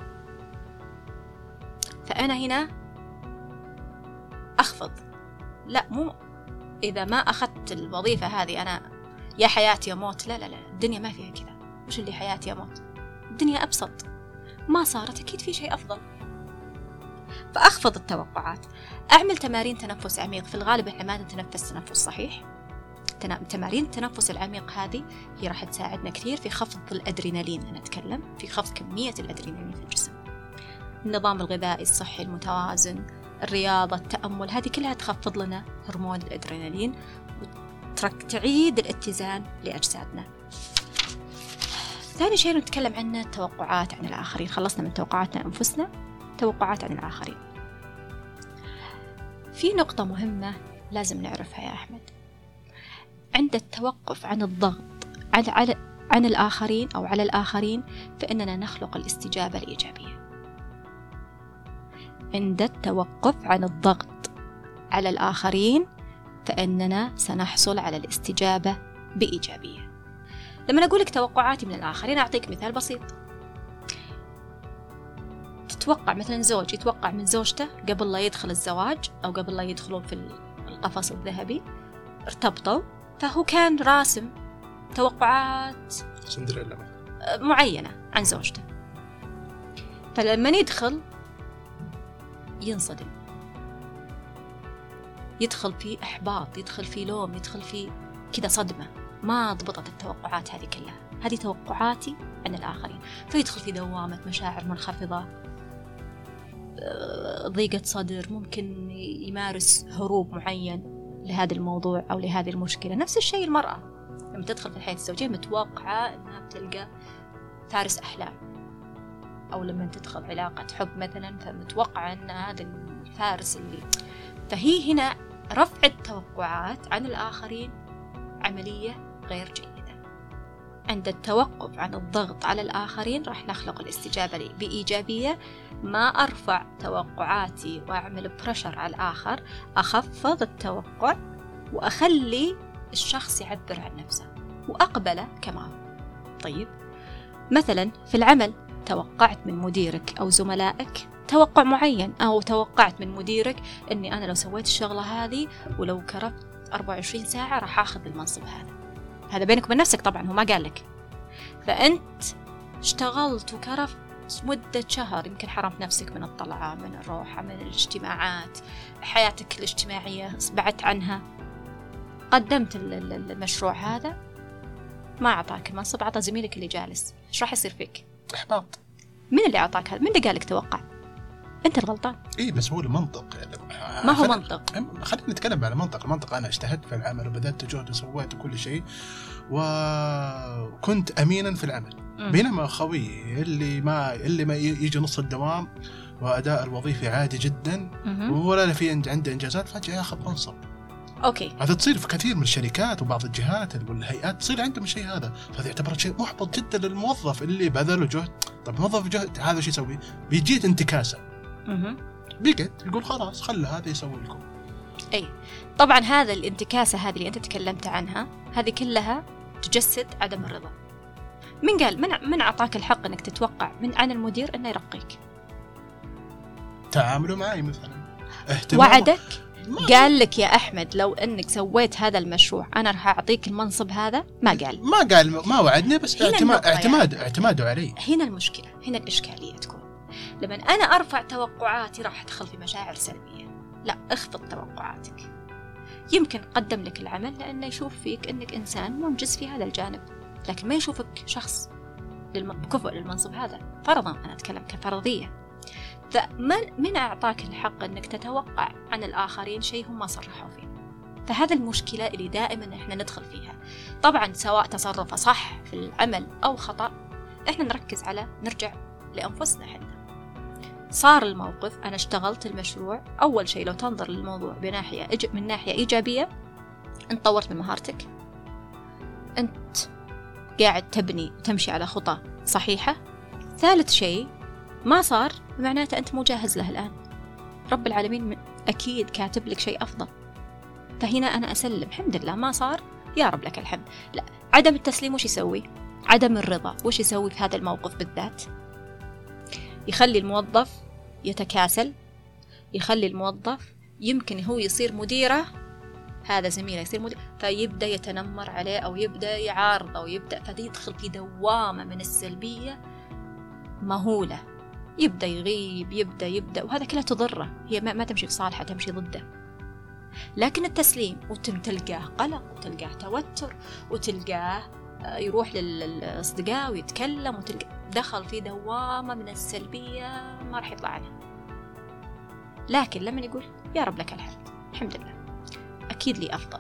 فأنا هنا أخفض، لا مو إذا ما أخذت الوظيفة هذه أنا يا حياتي يا موت، لا لا لا، الدنيا ما فيها كذا. وش اللي حياتي يا موت؟ الدنيا أبسط، ما صارت أكيد في شيء أفضل. فأخفض التوقعات، أعمل تمارين تنفس عميق. في الغالب إحنا ما نتنفس تنفس صحيح. تمارين التنفس العميق هذه هي راح تساعدنا كثير في خفض الأدرينالين. أنا أتكلم في خفض كمية الأدرينالين في الجسم. النظام الغذائي الصحي المتوازن، الرياضة، التأمل، هذه كلها تخفض لنا هرمون الأدرينالين وترك تعيد الاتزان لأجسادنا. ثاني شيء نتكلم عنه التوقعات عن الآخرين. خلصنا من توقعاتنا أنفسنا، توقعات عن الآخرين. في نقطة مهمة لازم نعرفها يا أحمد. عند التوقف عن الضغط على على عن الآخرين أو على الآخرين فإننا نخلق الاستجابة الإيجابية. عند التوقف عن الضغط على الآخرين فإننا سنحصل على الاستجابة بإيجابية. لما أقول لك توقعاتي من الآخرين، أعطيك مثال بسيط. تتوقع مثلا زوج يتوقع من زوجته قبل لا يدخل الزواج أو قبل لا يدخلون في القفص الذهبي، ارتبطوا، فهو كان راسم توقعات سندريلا معينة عن زوجته. فلما يدخل ينصدم، يدخل في إحباط، يدخل في لوم، يدخل في كذا صدمة. ما ضبطت التوقعات هذه كلها، هذه توقعاتي عن الآخرين. فيدخل في دوامة مشاعر منخفضة، ضيقة صدر، ممكن يمارس هروب معين لهذا الموضوع أو لهذه المشكلة. نفس الشيء المرأة لما تدخل في الحياة الزوجية متوقعة أنها بتلقى فارس أحلام، أو لما تدخل علاقة حب مثلا فمتوقعة أن هذا الفارس اللي. فهي هنا رفع التوقعات عن الآخرين عملية غير جيدة. عند التوقف عن الضغط على الآخرين راح نخلق الاستجابة بإيجابية. ما أرفع توقعاتي وأعمل بريشر على الآخر، أخفض التوقع وأخلي الشخص يعبر عن نفسه وأقبله كما هو. طيب مثلا في العمل توقعت من مديرك أو زملائك توقع معين، أو توقعت من مديرك أني أنا لو سويت الشغلة هذه ولو كرفت أربعة وعشرين ساعة راح أخذ المنصب هذا. هذا بينك وبين نفسك طبعا، هو ما قال لك. فأنت اشتغلت وكرفت مدة شهر، يمكن حرمت نفسك من الطلعة، من الروحة، من الاجتماعات، حياتك الاجتماعية بعدت عنها. قدمت المشروع هذا، ما أعطاك المنصب، أعطى زميلك اللي جالس. إيش راح يصير فيك؟ إحباط. من اللي أعطاك هذا؟ من اللي قالك توقع؟ أنت الغلطان. إيه بس هو المنطق يعني ما هو منطق. خلينا نتكلم على منطق. المنطق أنا اجتهدت في العمل وبذلت جهد وسويت كل شيء وكنت أمينا في العمل. م. بينما خوي اللي ما اللي ما يجي نص الدوام وأداء الوظيفي عادي جدا ولا في عنده إنجازات فجأة ياخذ منصب. أوكي. هذا تصير في كثير من الشركات وبعض الجهات والهيئات تصير عندهم الشيء هذا، فهذا يعتبر شيء محبط جدا للموظف اللي بذل جهد. طب الموظف جهد هذا شيء يسوي بيجيت انتكاسة. اها. بيجت يقول خلاص خلى هذا يسوي لكم. أي طبعا هذا الانتكاسة هذه اللي أنت تكلمت عنها هذه كلها تجسد عدم الرضا. من قال من من أعطاك الحق إنك تتوقع من عن المدير إنه يرقيك؟ تعامله معي مثلا. وعدك قال لك يا أحمد لو أنك سويت هذا المشروع أنا راح أعطيك المنصب هذا؟ ما قال. ما قال ما وعدني بس اعتماد اعتماد يعني. اعتماده علي. هنا المشكلة، هنا الإشكالية تكون لما أنا أرفع توقعاتي راح أدخل في مشاعر سلبية. لا، اخفض توقعاتك. يمكن قدم لك العمل لأنه يشوف فيك أنك إنسان منجز في هذا الجانب، لكن ما يشوفك شخص كفؤ للمنصب هذا. فرضا أنا أتكلم كفرضية. فمن من أعطاك الحق أنك تتوقع عن الآخرين شيء هم صرحوا فيه؟ فهذا المشكلة اللي دائما إحنا ندخل فيها. طبعا سواء تصرف صح في العمل أو خطأ إحنا نركز على نرجع لأنفسنا. إحنا صار الموقف، أنا اشتغلت المشروع، أول شيء لو تنظر للموضوع بناحية من ناحية إيجابية أنت طورت من مهارتك، أنت قاعد تبني تمشي على خطى صحيحة. ثالث شيء ما صار معناته أنت مو جاهز له الآن. رب العالمين أكيد كاتب لك شيء أفضل. فهنا أنا أسلم الحمد لله ما صار يا رب لك الحمد. لا، عدم التسليم وش يسوي؟ عدم الرضا وش يسوي في هذا الموقف بالذات؟ يخلي الموظف يتكاسل، يخلي الموظف يمكن هو يصير مديره، هذا زميله يصير مدير فيبدأ يتنمر عليه أو يبدأ يعارضه ويبدأ فيدخل في دوامة من السلبية مهولة. يبدأ يغيب يبدأ يبدأ وهذا كله تضره، هي ما, ما تمشي في صالحه، تمشي ضده. لكن التسليم وتلقاه قلق وتلقاه توتر وتلقاه يروح للأصدقاء ويتكلم وتلقاه دخل في دوامة من السلبية ما راح يطلع عنها. لكن لما يقول يا رب لك الحمد، الحمد لله أكيد لي أفضل،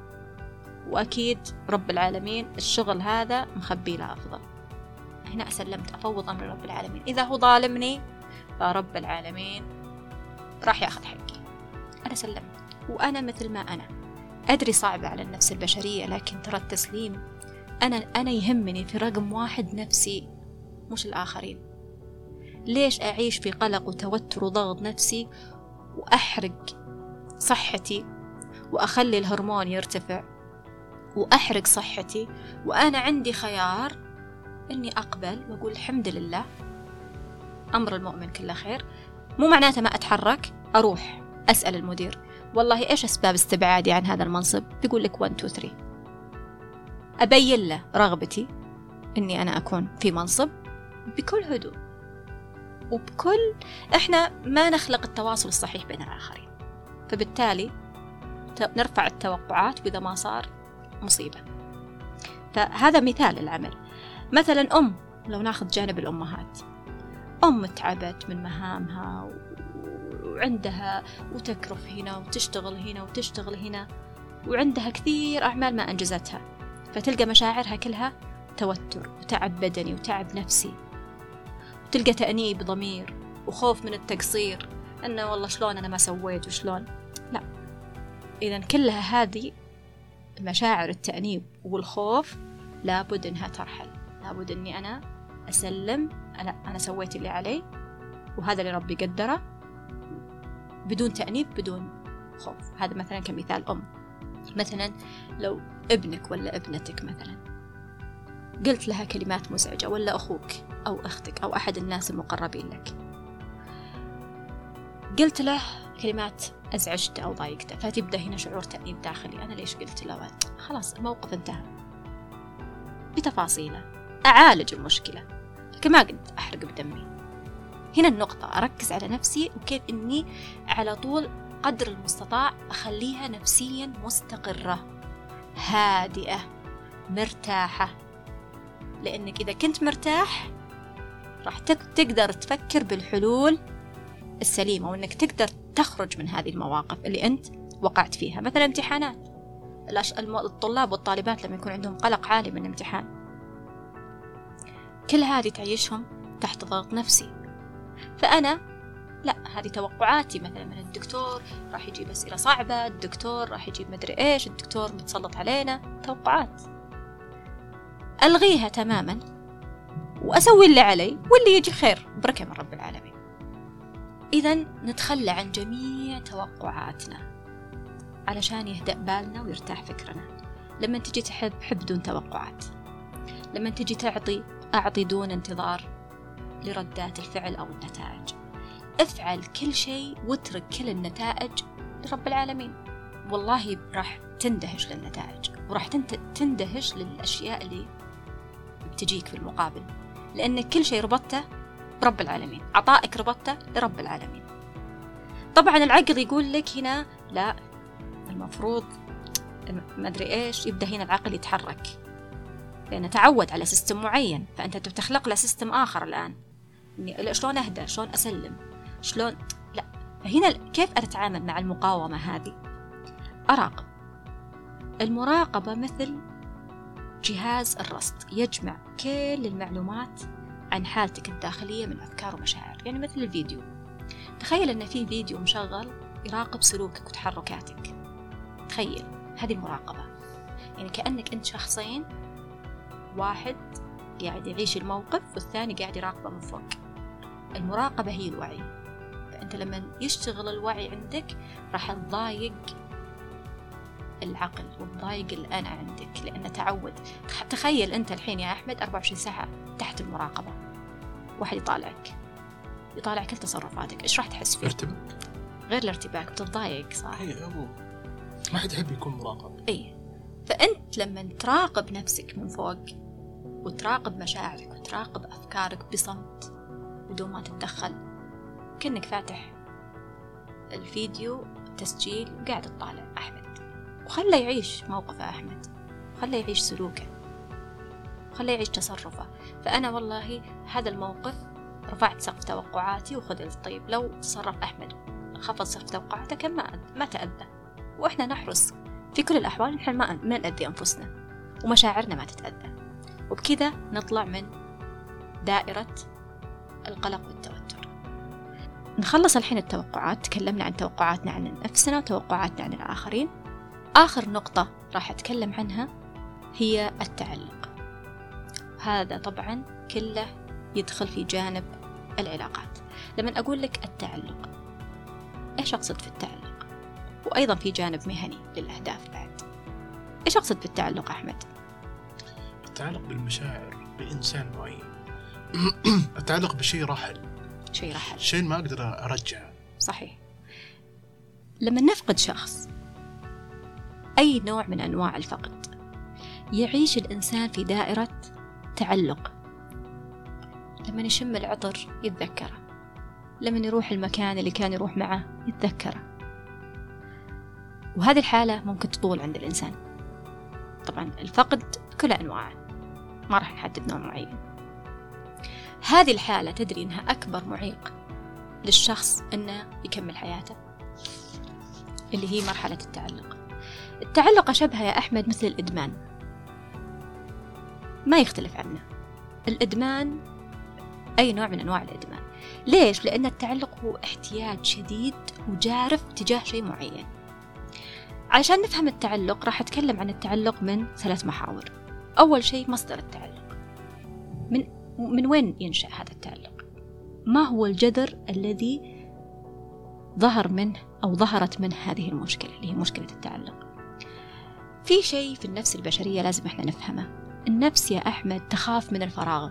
وأكيد رب العالمين الشغل هذا مخبي له أفضل، هنا أسلمت أفوض أمر رب العالمين. إذا هو ظالمني فرب العالمين راح يأخذ حقي. أنا سلمت وأنا مثل ما أنا. أدري صعبة على النفس البشرية، لكن ترى التسليم أنا أنا يهمني في رقم واحد نفسي مش الآخرين. ليش أعيش في قلق وتوتر وضغط نفسي وأحرق صحتي وأخلي الهرمون يرتفع وأحرق صحتي وأنا عندي خيار إني أقبل وأقول الحمد لله أمر المؤمن كله خير. مو معناته ما أتحرك، أروح أسأل المدير والله إيش أسباب استبعادي عن هذا المنصب، بيقول لك واحد اثنين ثلاثة. أبين له رغبتي إني أنا أكون في منصب بكل هدوء وبكل، إحنا ما نخلق التواصل الصحيح بين الآخرين، فبالتالي نرفع التوقعات وإذا ما صار مصيبة. فهذا مثال العمل. مثلا أم، لو ناخذ جانب الأمهات، أم تعبت من مهامها وعندها وتكرف هنا وتشتغل هنا وتشتغل هنا وعندها كثير أعمال ما أنجزتها، فتلقى مشاعرها كلها توتر وتعب بدني وتعب نفسي، وتلقى تأنيب ضمير وخوف من التقصير، أنه والله شلون أنا ما سويت وشلون. لا، إذا كلها هذه مشاعر التأنيب والخوف لابد أنها ترحل. لابد أني أنا أسلم، أنا, أنا سويت اللي علي وهذا اللي ربي قدره بدون تأنيب بدون خوف. هذا مثلا كمثال أم. مثلا لو ابنك ولا ابنتك مثلا قلت لها كلمات مزعجة، ولا أخوك أو أختك أو أحد الناس المقربين لك قلت له كلمات أزعجته أو ضايقته، فتبدأ هنا شعور تأنيب داخلي، أنا ليش قلت له؟ خلاص الموقف انتهى بتفاصيله، أعالج المشكلة، لكن ما قلت أحرق بدمي. هنا النقطة، أركز على نفسي وكيف إني على طول قدر المستطاع أخليها نفسيا مستقرة هادئة مرتاحة، لأنك إذا كنت مرتاح راح تقدر تفكر بالحلول السليمة، وأنك تقدر تخرج من هذه المواقف اللي أنت وقعت فيها. مثلا امتحانات، الطلاب والطالبات لما يكون عندهم قلق عالي من الامتحان، كل هذه تعيشهم تحت ضغط نفسي. فأنا لا، هذه توقعاتي مثلا من الدكتور، راح يجيب أسئلة صعبة، الدكتور راح يجيب مدري إيش، الدكتور متسلط علينا، توقعات ألغيها تماما وأسوي اللي علي، واللي يجي خير بركة من رب العالمين. إذن نتخلى عن جميع توقعاتنا علشان يهدأ بالنا ويرتاح فكرنا. لما تجي تحب، حب دون توقعات. لما تجي تعطي، أعطي دون انتظار لردات الفعل أو النتائج. افعل كل شيء واترك كل النتائج لرب العالمين. والله راح تندهش للنتائج، وراح تندهش للأشياء اللي بتجيك في المقابل، لأن كل شيء ربطته برب العالمين، عطائك ربطته لرب العالمين. طبعا العقل يقول لك هنا لا، المفروض ما أدري إيش، يبدأ هنا العقل يتحرك لأنه تعود على سيستم معين، فأنت تخلق له سيستم آخر الآن، إني شلون أهدى، شلون أسلم، شلون لا. فهنا كيف أتعامل مع المقاومة هذه؟ أراقب. المراقبة مثل جهاز الرصد، يجمع كل المعلومات عن حالتك الداخلية من أفكار ومشاعر. يعني مثل الفيديو، تخيل أن في فيديو مشغل يراقب سلوكك وتحركاتك. تخيل، هذه المراقبة. يعني كأنك أنت شخصين، واحد قاعد يعيش الموقف والثاني قاعد يراقبه من فوق. المراقبة هي الوعي. فأنت لما يشتغل الوعي عندك راح تضايق العقل وتضايق الأنا عندك، لأنه تعود. تخيل أنت الحين يا أحمد أربعة وعشرين ساعة تحت المراقبة، واحد يطالعك يطالع كل تصرفاتك، إيش راح تحس فيه؟ ارتباك. غير الارتباك، بتتضايق صح؟ إيه أبو، ما حد يحب يكون مراقب. إيه. فأنت لما تراقب نفسك من فوق وتراقب مشاعرك وتراقب أفكارك بصمت بدون ما تتدخل، كأنك فاتح الفيديو تسجيل وقاعد تطالع أحمد، وخله يعيش موقفه أحمد، خله يعيش سلوكه، خله يعيش تصرفه. فأنا والله هذا الموقف رفعت سقف توقعاتي وخذ. طيب لو تصرف أحمد خفض سقف توقعاته كان ما ما تأذى. وإحنا نحرص في كل الأحوال نحن ما ما نأذي أنفسنا ومشاعرنا ما تتأذى، وبكذا نطلع من دائرة القلق والتوتر. نخلص الحين التوقعات، تكلمنا عن توقعاتنا عن نفسنا وتوقعاتنا عن الآخرين. آخر نقطة راح أتكلم عنها هي التعلق. هذا طبعا كله يدخل في جانب العلاقات. لما أقول لك التعلق، إيش أقصد في التعلق؟ وأيضا في جانب مهني للأهداف بعد. إيش أقصد في التعلق أحمد؟ التعلق بالمشاعر بإنسان معين. التعلق بشيء رحل، شيء رحل، شيء ما أقدر أرجعه. صحيح. لما نفقد شخص، أي نوع من أنواع الفقد، يعيش الإنسان في دائرة تعلق. لما يشم العطر يتذكره، لما يروح المكان اللي كان يروح معه يتذكره. وهذه الحالة ممكن تطول عند الإنسان. طبعا الفقد كل أنواعه، ما راح نحدد نوع معين. هذه الحالة تدري إنها أكبر معيق للشخص إنه يكمل حياته، اللي هي مرحلة التعلق. التعلق أشبه يا أحمد مثل الإدمان، ما يختلف عنه. الإدمان أي نوع من أنواع الإدمان. ليش؟ لأن التعلق هو احتياج شديد وجارف تجاه شيء معين. عشان نفهم التعلق راح أتكلم عن التعلق من ثلاث محاور. أول شيء مصدر التعلق، من من وين ينشأ هذا التعلق؟ ما هو الجذر الذي ظهر منه أو ظهرت منه هذه المشكلة اللي هي مشكلة التعلق؟ في شيء في النفس البشرية لازم احنا نفهمه. النفس يا أحمد تخاف من الفراغ،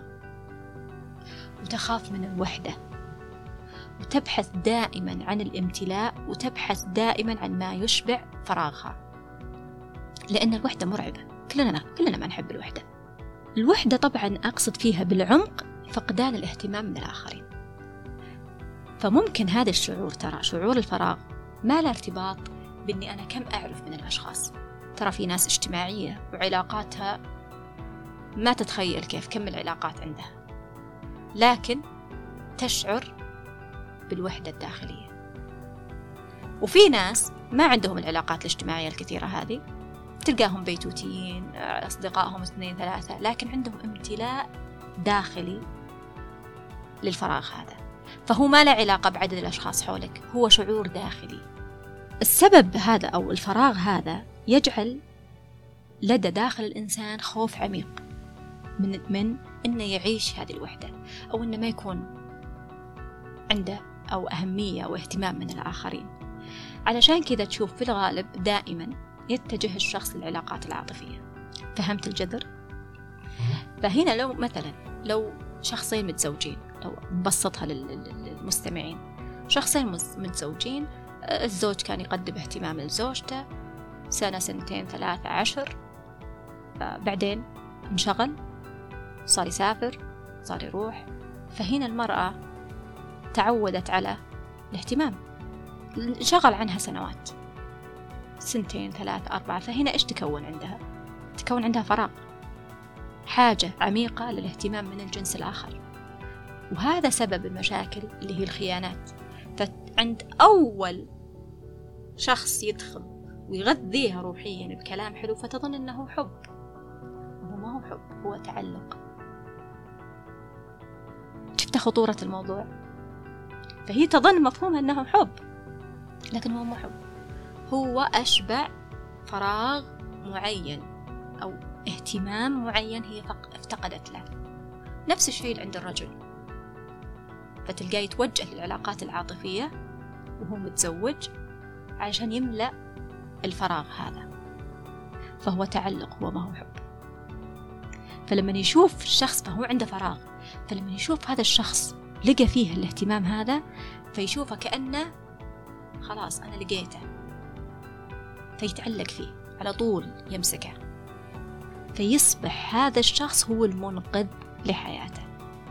وتخاف من الوحدة، وتبحث دائما عن الامتلاء، وتبحث دائما عن ما يشبع فراغها، لأن الوحدة مرعبة. كلنا كلنا ما نحب الوحدة. الوحدة طبعا أقصد فيها بالعمق فقدان الاهتمام من الآخرين. فممكن هذا الشعور، ترى شعور الفراغ ما له ارتباط بإني أنا كم أعرف من الأشخاص. ترى في ناس اجتماعية وعلاقاتها ما تتخيل كيف كم العلاقات عندها، لكن تشعر بالوحدة الداخلية. وفي ناس ما عندهم العلاقات الاجتماعية الكثيرة هذه، تلقاهم بيتوتيين، أصدقائهم اثنين ثلاثة، لكن عندهم امتلاء داخلي للفراغ هذا. فهو ما له علاقة بعدد الأشخاص حولك، هو شعور داخلي. السبب هذا أو الفراغ هذا يجعل لدى داخل الإنسان خوف عميق من من إنه يعيش هذه الوحدة، أو إنه ما يكون عنده أو أهمية أو اهتمام من الآخرين. علشان كذا تشوف في الغالب دائما يتجه الشخص للعلاقات العاطفية. فهمت الجذر؟ فهنا لو مثلا لو شخصين متزوجين، لو نبسطها للمستمعين، شخصين متزوجين، الزوج كان يقدم اهتمام لزوجته سنة سنتين ثلاثة عشر، بعدين انشغل، صار يسافر، صار يروح. فهنا المرأة تعودت على الاهتمام، انشغل عنها سنوات، سنتين ثلاثة أربعة. فهنا إيش تكون عندها؟ تكون عندها فراغ، حاجة عميقة للاهتمام من الجنس الآخر. وهذا سبب المشاكل اللي هي الخيانات. فعند أول شخص يدخل ويغذيها روحيا بكلام حلو فتظن أنه حب، وهو ما هو حب، هو تعلق. شفت خطورة الموضوع؟ فهي تظن مفهومها أنه حب، لكن هو مو حب، هو أشبع فراغ معين أو اهتمام معين هي افتقدت له. نفس الشيء عند الرجل، فتلقاه يتوجه للعلاقات العاطفية وهو متزوج عشان يملأ الفراغ هذا، فهو تعلق، هو ما هو حب. فلما يشوف الشخص فهو عنده فراغ، فلما يشوف هذا الشخص لقى فيه الاهتمام هذا، فيشوفه كأنه خلاص أنا لقيته، فيتعلق فيه على طول، يمسكه، فيصبح هذا الشخص هو المنقذ لحياته.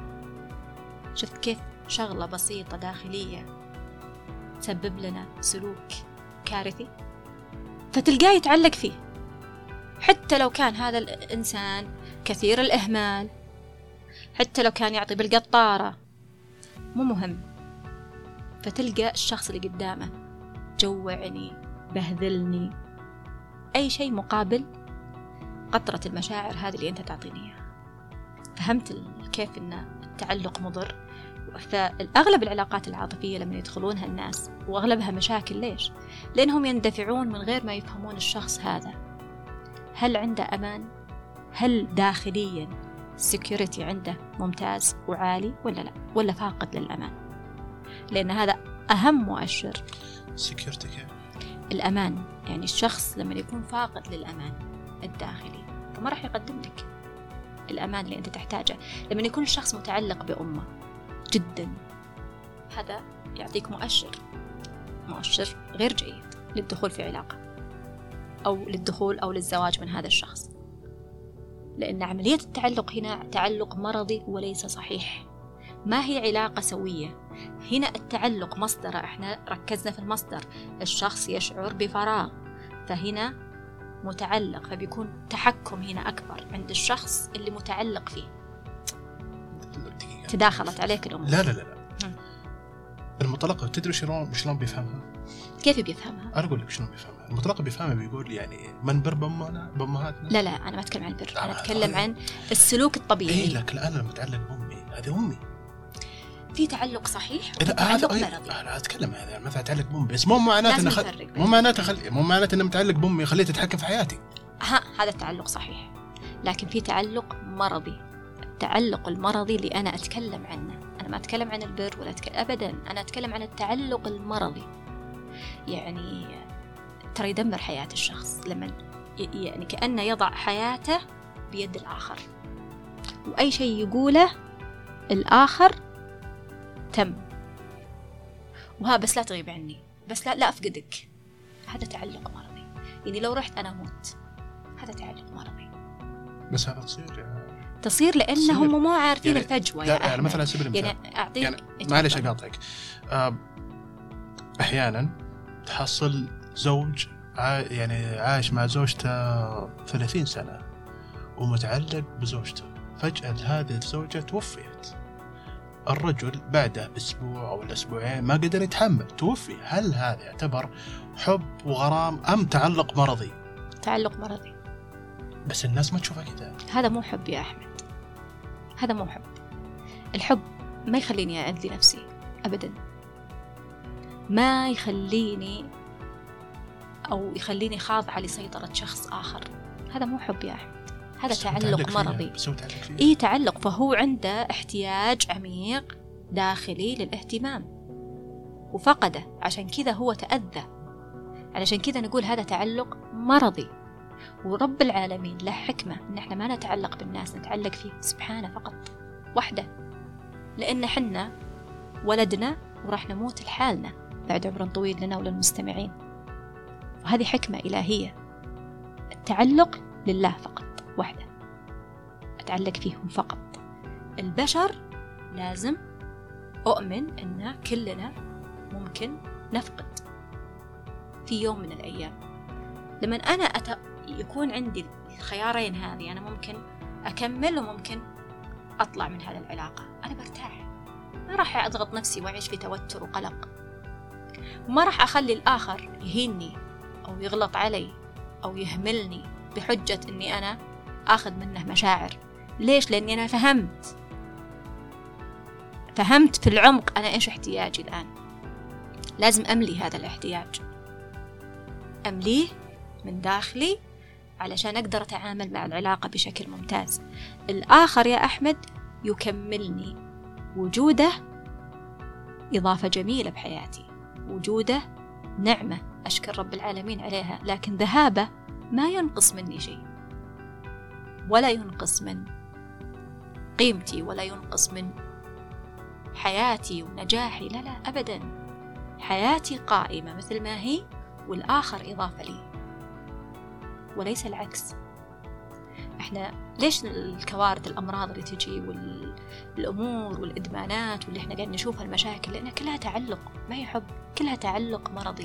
شفت كيف شغلة بسيطة داخلية تسبب لنا سلوك كارثي؟ فتلقاه يتعلق فيه حتى لو كان هذا الإنسان كثير الإهمال، حتى لو كان يعطي بالقطارة، مو مهم. فتلقى الشخص اللي قدامه جوعني، بهذلني، أي شيء مقابل قطرة المشاعر هذه اللي أنت تعطيني إياها. فهمت كيف إن التعلق مضر؟ فالأغلب العلاقات العاطفية لما يدخلونها الناس وأغلبها مشاكل، ليش؟ لأنهم يندفعون من غير ما يفهمون الشخص هذا هل عنده أمان، هل داخليا السكيورتي عنده ممتاز وعالي ولا لا، ولا فاقد للأمان. لأن هذا أهم مؤشر. سكيورتي كيف؟ الأمان، يعني الشخص لما يكون فاقد للأمان الداخلي فما راح يقدم لك الأمان اللي أنت تحتاجه. لما يكون الشخص متعلق بأمه جدا، هذا يعطيك مؤشر مؤشر غير جيد للدخول في علاقة أو للدخول أو للزواج من هذا الشخص. لأن عملية التعلق هنا تعلق مرضي وليس صحيح، ما هي علاقة سوية. هنا التعلق مصدر، احنا ركزنا في المصدر، الشخص يشعر بفراغ، فهنا متعلق، فبيكون تحكم هنا أكبر عند الشخص اللي متعلق فيه. تداخلت عليك الأمور. لا لا لا, لا. المطلقة تدري شلون شلون بيفهمها؟ كيف بيفهمها؟ أنا أقول لك شلون بيفهمها. المطلقة بيفهمها، بيقول يعني من بر بأمنا بأمهاتنا. لا لا أنا ما أتكلم عن البر، أنا أتكلم عن السلوك الطبيعي. إيه لكن أنا لما أتعلق بأمي، هذه أمي. في تعلق صحيح وتعلق مرضي. أنا أتكلم هذا مثلا أتعلق بأمي، بس مو معناته إنه خل... مو معناته خل... مو معناته إنه متعلق بأمي خليه تتحكم في حياتي. ها هذا التعلق صحيح، لكن في تعلق مرضي. التعلق المرضي اللي أنا أتكلم عنه، أنا ما أتكلم عن البر ولا أتكلم أبدا، أنا أتكلم عن التعلق المرضي. يعني ترى يدمر حياة الشخص لما ي... يعني كأنه يضع حياته بيد الآخر، وأي شيء يقوله الآخر تم، وها بس لا تغيب عني، بس لا لا أفقدك. هذا تعلق مرضي، يعني لو رحت أنا موت، هذا تعلق مرضي. بس هذا تصير يعني تصير لأنهم مو عارفين يعني الفجوة. يعني, يعني مثلا سبيل المثال، يعني أعطيك يعني معلش أقاطعك، أه أحيانا تحصل زوج عا يعني عايش مع زوجته ثلاثين سنة ومتعلق بزوجته، فجأة هذه الزوجة توفيت الرجل بعده بأسبوع أو الأسبوعين ما قدر يتحمل توفي، هل هذا يعتبر حب وغرام أم تعلق مرضي؟ تعلق مرضي. بس الناس ما تشوفها كده. هذا مو حب يا أحمد، هذا مو حب. الحب ما يخليني أأذي نفسي أبدا، ما يخليني أو يخليني خاضعة لسيطرة شخص آخر. هذا مو حب يا أحمد، هذا تعلق مرضي. إيه تعلق، فهو عنده احتياج عميق داخلي للاهتمام وفقده، عشان كذا هو تأذى، علشان كذا نقول هذا تعلق مرضي. ورب العالمين له حكمة إن إحنا ما نتعلق بالناس، نتعلق فيه سبحانه فقط وحده، لأن حنا ولدنا وراح نموت لحالنا بعد عمر طويل لنا وللمستمعين، وهذه حكمة إلهية. التعلق لله فقط وحده، أتعلق فيهم فقط. البشر لازم أؤمن أن كلنا ممكن نفقد في يوم من الأيام. لما أنا أت... يكون عندي الخيارين هذه، أنا ممكن أكمل وممكن أطلع من هذه العلاقة، أنا برتاح، ما راح أضغط نفسي وأعيش في توتر وقلق، وما راح أخلي الآخر يهيني أو يغلط علي أو يهملني بحجة أني أنا أخذ منه مشاعر. ليش؟ لأني أنا فهمت فهمت في العمق أنا إيش احتياجي الآن، لازم أملي هذا الاحتياج، أمليه من داخلي علشان أقدر أتعامل مع العلاقة بشكل ممتاز. الآخر يا أحمد يكملني، وجوده إضافة جميلة بحياتي، وجوده نعمة أشكر رب العالمين عليها، لكن ذهابه ما ينقص مني شيء، ولا ينقص من قيمتي، ولا ينقص من حياتي ونجاحي، لا لا أبدا. حياتي قائمة مثل ما هي، والآخر إضافة لي وليس العكس. احنا ليش الكوارث الأمراض اللي تجي والأمور والإدمانات واللي احنا قاعد نشوفها المشاكل؟ لأنها كلها تعلق، ما هي حب، كلها تعلق مرضي،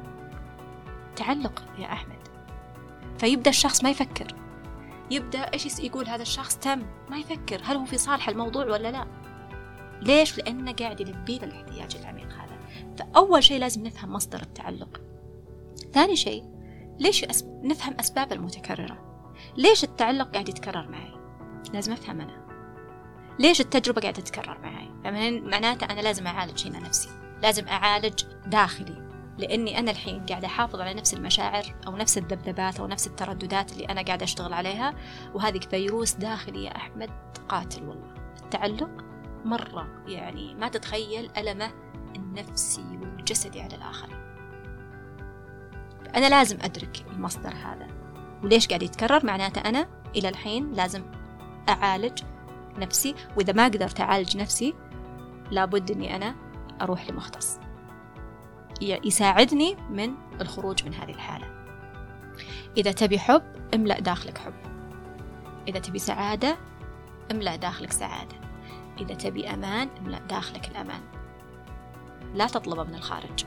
تعلق يا أحمد. فيبدأ الشخص ما يفكر، يبدأ إيش يقول هذا الشخص تم، ما يفكر هل هو في صالح الموضوع ولا لا. ليش؟ لأنه قاعد يلبي الاحتياج العميق هذا. فأول شيء لازم نفهم مصدر التعلق. ثاني شيء ليش أسب... نفهم أسباب المتكررة. ليش التعلق قاعد يتكرر معي؟ لازم أفهم أنا ليش التجربة قاعدة تتكرر معي. معناته أنا لازم أعالج هنا نفسي، لازم أعالج داخلي، لأني أنا الحين قاعدة أحافظ على نفس المشاعر أو نفس الذبذبات أو نفس الترددات اللي أنا قاعدة أشتغل عليها، وهذه فيروس داخلي يا أحمد قاتل والله. التعلق مرة يعني ما تتخيل ألمه النفسي والجسدي على الآخرين. أنا لازم أدرك المصدر هذا وليش قاعد يتكرر. معناته أنا إلى الحين لازم أعالج نفسي، وإذا ما قدرت أعالج نفسي لابد أني أنا أروح لمختص يساعدني من الخروج من هذه الحالة. إذا تبي حب املأ داخلك حب، إذا تبي سعادة املأ داخلك سعادة، إذا تبي أمان املأ داخلك الأمان، لا تطلبه من الخارج،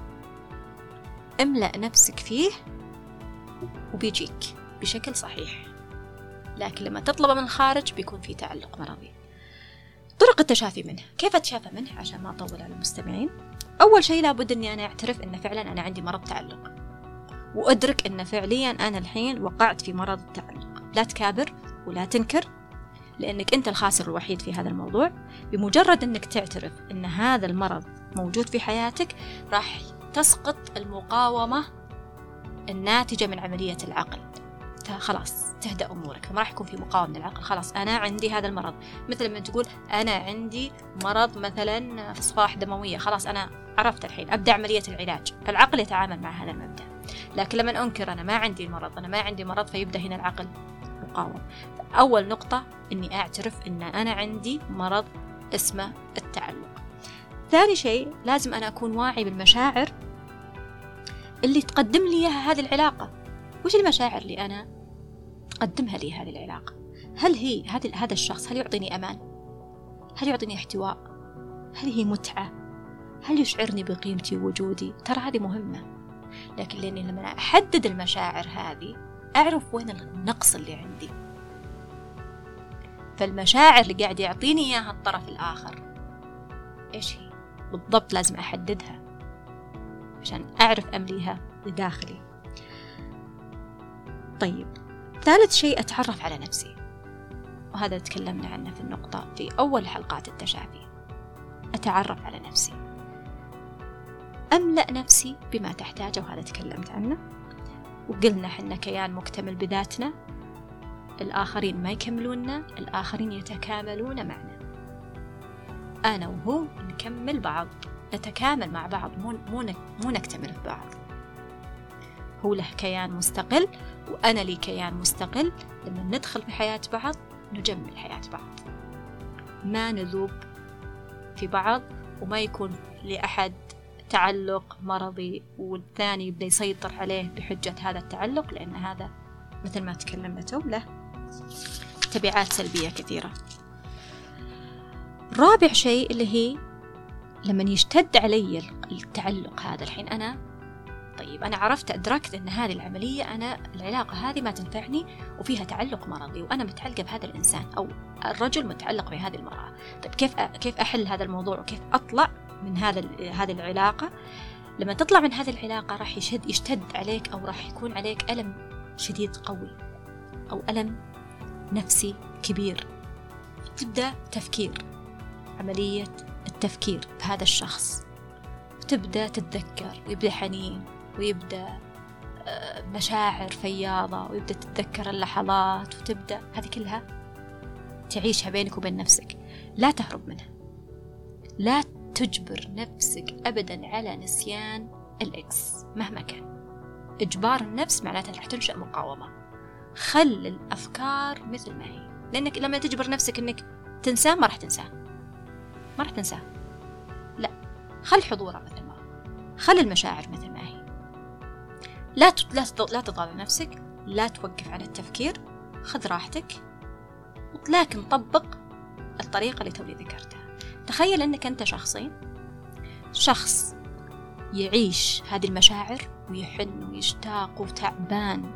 املأ نفسك فيه وبيجيك بشكل صحيح. لكن لما تطلبه من الخارج بيكون في تعلق مرضي. طرق التشافي منه، كيف أتشافى منه عشان ما أطول على المستمعين؟ أول شيء لابد أني أنا أعترف أن فعلا أنا عندي مرض تعلق، وأدرك أن فعليا أنا الحين وقعت في مرض التعلق. لا تكابر ولا تنكر، لأنك أنت الخاسر الوحيد في هذا الموضوع. بمجرد أنك تعترف أن هذا المرض موجود في حياتك راح تسقط المقاومة الناتجة من عملية العقل، خلاص تهدأ أمورك، فما راح يكون في مقاومة العقل. خلاص أنا عندي هذا المرض، مثل ما تقول أنا عندي مرض مثلا في صفائح دموية، خلاص أنا عرفت الحين أبدأ عملية العلاج، فالعقل يتعامل مع هذا المبدأ. لكن لما أنكر أنا ما عندي المرض، أنا ما عندي مرض، فيبدأ هنا العقل مقاوم. أول نقطة إني أعترف إن أنا عندي مرض اسمه التعلق. ثاني شيء لازم أنا أكون واعي بالمشاعر اللي تقدم لي إياها هذه العلاقة. وش المشاعر اللي أنا تقدمها لي هذه العلاقة؟ هل هي هذا الشخص هل يعطيني أمان؟ هل يعطيني احتواء؟ هل هي متعة؟ هل يشعرني بقيمتي ووجودي؟ ترى هذه مهمة. لكن لأني لما أحدد المشاعر هذه أعرف وين النقص اللي عندي. فالمشاعر اللي قاعد يعطيني إياها الطرف الآخر إيش هي بالضبط، لازم أحددها عشان أعرف أمليها لداخلي. طيب، ثالث شيء أتعرف على نفسي، وهذا تكلمنا عنه في النقطة في أول حلقات التشافي. أتعرف على نفسي، أملأ نفسي بما تحتاجه، وهذا تكلمت عنه. وقلنا حنا كيان مكتمل بذاتنا، الآخرين ما يكملوننا، الآخرين يتكاملون معنا. أنا وهو نكمل بعض، نتكامل مع بعض، مو مو مو نكتمل في بعض. هو له كيان مستقل وأنا لي كيان مستقل. لما ندخل في حياة بعض نجمل حياة بعض، ما نذوب في بعض، وما يكون لأحد تعلق مرضي والثاني يبدأ يسيطر عليه بحجة هذا التعلق، لأن هذا مثل ما تكلمنا تو له تبعات سلبية كثيرة. رابع شيء اللي هي لما يشتد علي التعلق هذا، الحين أنا طيب أنا عرفت أدركت أن هذه العملية، أنا العلاقة هذه ما تنفعني وفيها تعلق مرضي، وأنا متعلقة بهذا الإنسان أو الرجل متعلق بهذه المرأة. طيب كيف كيف أحل هذا الموضوع وكيف أطلع من هذا هذه العلاقة؟ لما تطلع من هذه العلاقة راح يشد يشتد عليك، أو راح يكون عليك ألم شديد قوي أو ألم نفسي كبير. تبدأ تفكير، عملية التفكير بهذا الشخص، وتبدأ تتذكر، ويبدأ حنين، ويبدأ مشاعر فياضة، ويبدأ تتذكر اللحظات، وتبدأ هذه كلها تعيشها بينك وبين نفسك. لا تهرب منها، لا تجبر نفسك أبدا على نسيان الإكس مهما كان. إجبار النفس معناته رح تنشأ مقاومة. خل الأفكار مثل ما هي، لأنك لما تجبر نفسك أنك تنساه ما رح تنساه، ما رح تنساه. لا، خل حضوره مثل ما هو، خل المشاعر مثل ما هي. لا لا لا تضغط نفسك، لا توقف عن التفكير، خذ راحتك، لكن طبق الطريقة اللي تولي ذكرتها. تخيل أنك أنت شخصين، شخص يعيش هذه المشاعر ويحن ويشتاق وتعبان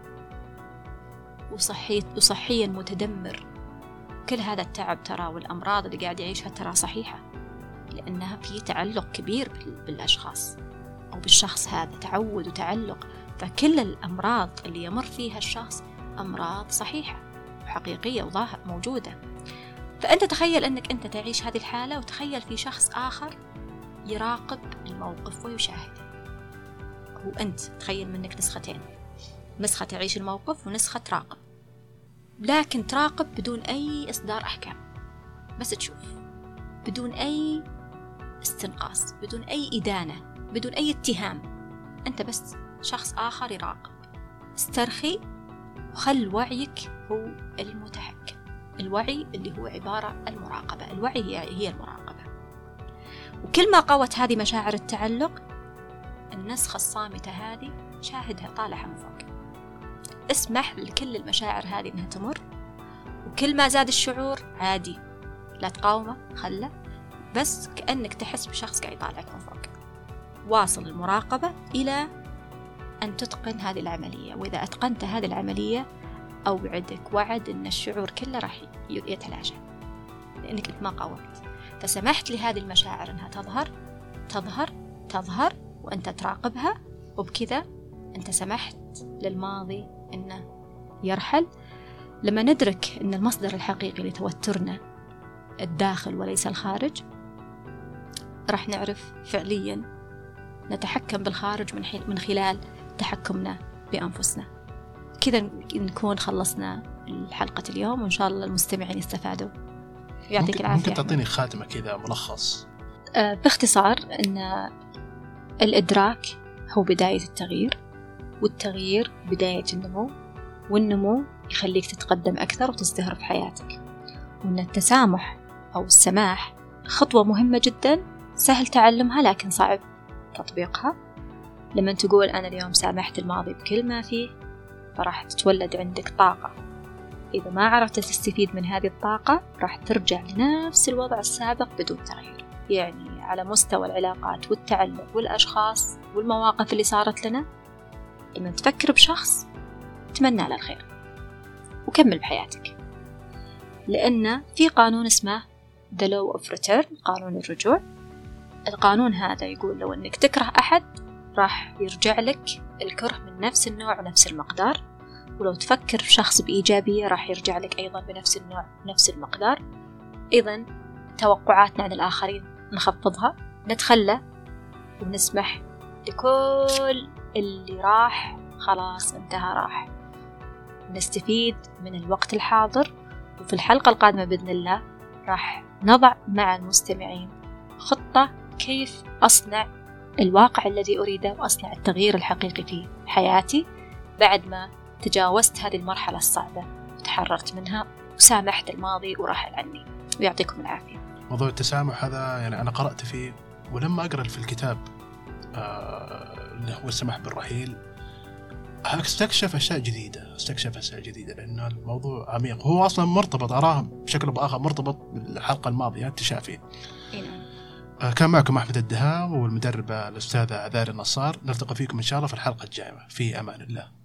وصحي وصحيا متدمر. كل هذا التعب ترى والأمراض اللي قاعد يعيشها ترى صحيحة، لأنها في تعلق كبير بالأشخاص أو بالشخص هذا، تعود وتعلق. فكل الأمراض اللي يمر فيها الشخص أمراض صحيحة وحقيقية وظاهر موجودة. فأنت تخيل أنك أنت تعيش هذه الحالة، وتخيل في شخص آخر يراقب الموقف ويشاهده. هو أنت تخيل منك نسختين، نسخة تعيش الموقف ونسخة تراقب، لكن تراقب بدون أي إصدار أحكام، بس تشوف بدون أي استنقاص، بدون أي إدانة، بدون أي اتهام. أنت بس شخص آخر يراقب. استرخي وخل وعيك هو المتحكم. الوعي اللي هو عبارة المراقبة، الوعي هي, هي المراقبة. وكل ما قوت هذه مشاعر التعلق، النسخة الصامتة هذه شاهدها، طالعها من فوق. اسمح لكل المشاعر هذه إنها تمر، وكل ما زاد الشعور عادي، لا تقاومه، خله، بس كأنك تحس بشخص قاعد يطالعك من فوق. واصل المراقبة إلى أن تتقن هذه العملية. وإذا أتقنت هذه العملية أوعدك وعد أن الشعور كله راح يتلاشى، لأنك أنت ما قاومت. فسمحت لهذه المشاعر أنها تظهر تظهر تظهر وأنت تراقبها، وبكذا أنت سمحت للماضي أنه يرحل. لما ندرك أن المصدر الحقيقي لتوترنا الداخل وليس الخارج، راح نعرف فعليا نتحكم بالخارج من, من خلال تحكمنا بأنفسنا. كذا نكون خلصنا حلقة اليوم، وإن شاء الله المستمعين يستفادوا. يعطيك العافية. ممكن تعطيني خاتمة كذا ملخص؟ آه باختصار، أن الإدراك هو بداية التغيير، والتغيير بداية النمو، والنمو يخليك تتقدم أكثر وتزدهر في حياتك. وأن التسامح أو السماح خطوة مهمة جدا، سهل تعلمها لكن صعب تطبيقها. لما تقول أنا اليوم سامحت الماضي بكل ما فيه، فراح تتولد عندك طاقة. إذا ما عرفت تستفيد من هذه الطاقة، راح ترجع لنفس الوضع السابق بدون تغيير. يعني على مستوى العلاقات والتعلق والأشخاص والمواقف اللي صارت لنا، لما تفكر بشخص تمنى له الخير وكمل بحياتك، لأن في قانون اسمه The Law of Return، قانون الرجوع. القانون هذا يقول لو أنك تكره أحد راح يرجع لك الكره من نفس النوع ونفس المقدار، ولو تفكر في شخص بإيجابية راح يرجع لك أيضا بنفس النوع ونفس المقدار. إذن توقعاتنا عن الآخرين نخفضها، نتخلى ونسمح لكل اللي راح خلاص انتهى راح. نستفيد من الوقت الحاضر، وفي الحلقة القادمة بإذن الله راح نضع مع المستمعين خطة كيف أصنع الواقع الذي أريده وأصنع التغيير الحقيقي في حياتي بعد ما تجاوزت هذه المرحلة الصعبة وتحررت منها وسامحت الماضي وراحل عني. ويعطيكم العافية. موضوع التسامح هذا يعني أنا قرأت فيه، ولما أقرأ في الكتاب آه اللي هو السماح بالرحيل استكشف أشياء جديدة استكشف أشياء جديدة لأن الموضوع عميق، هو أصلا مرتبط أراه بشكل بآخر مرتبط بالحلقة الماضية اكتشافي. آه كان معكم أحمد الدهام والمدربة الأستاذة عذاري النصار. نلتقي فيكم إن شاء الله في الحلقة الجاية. في أمان الله.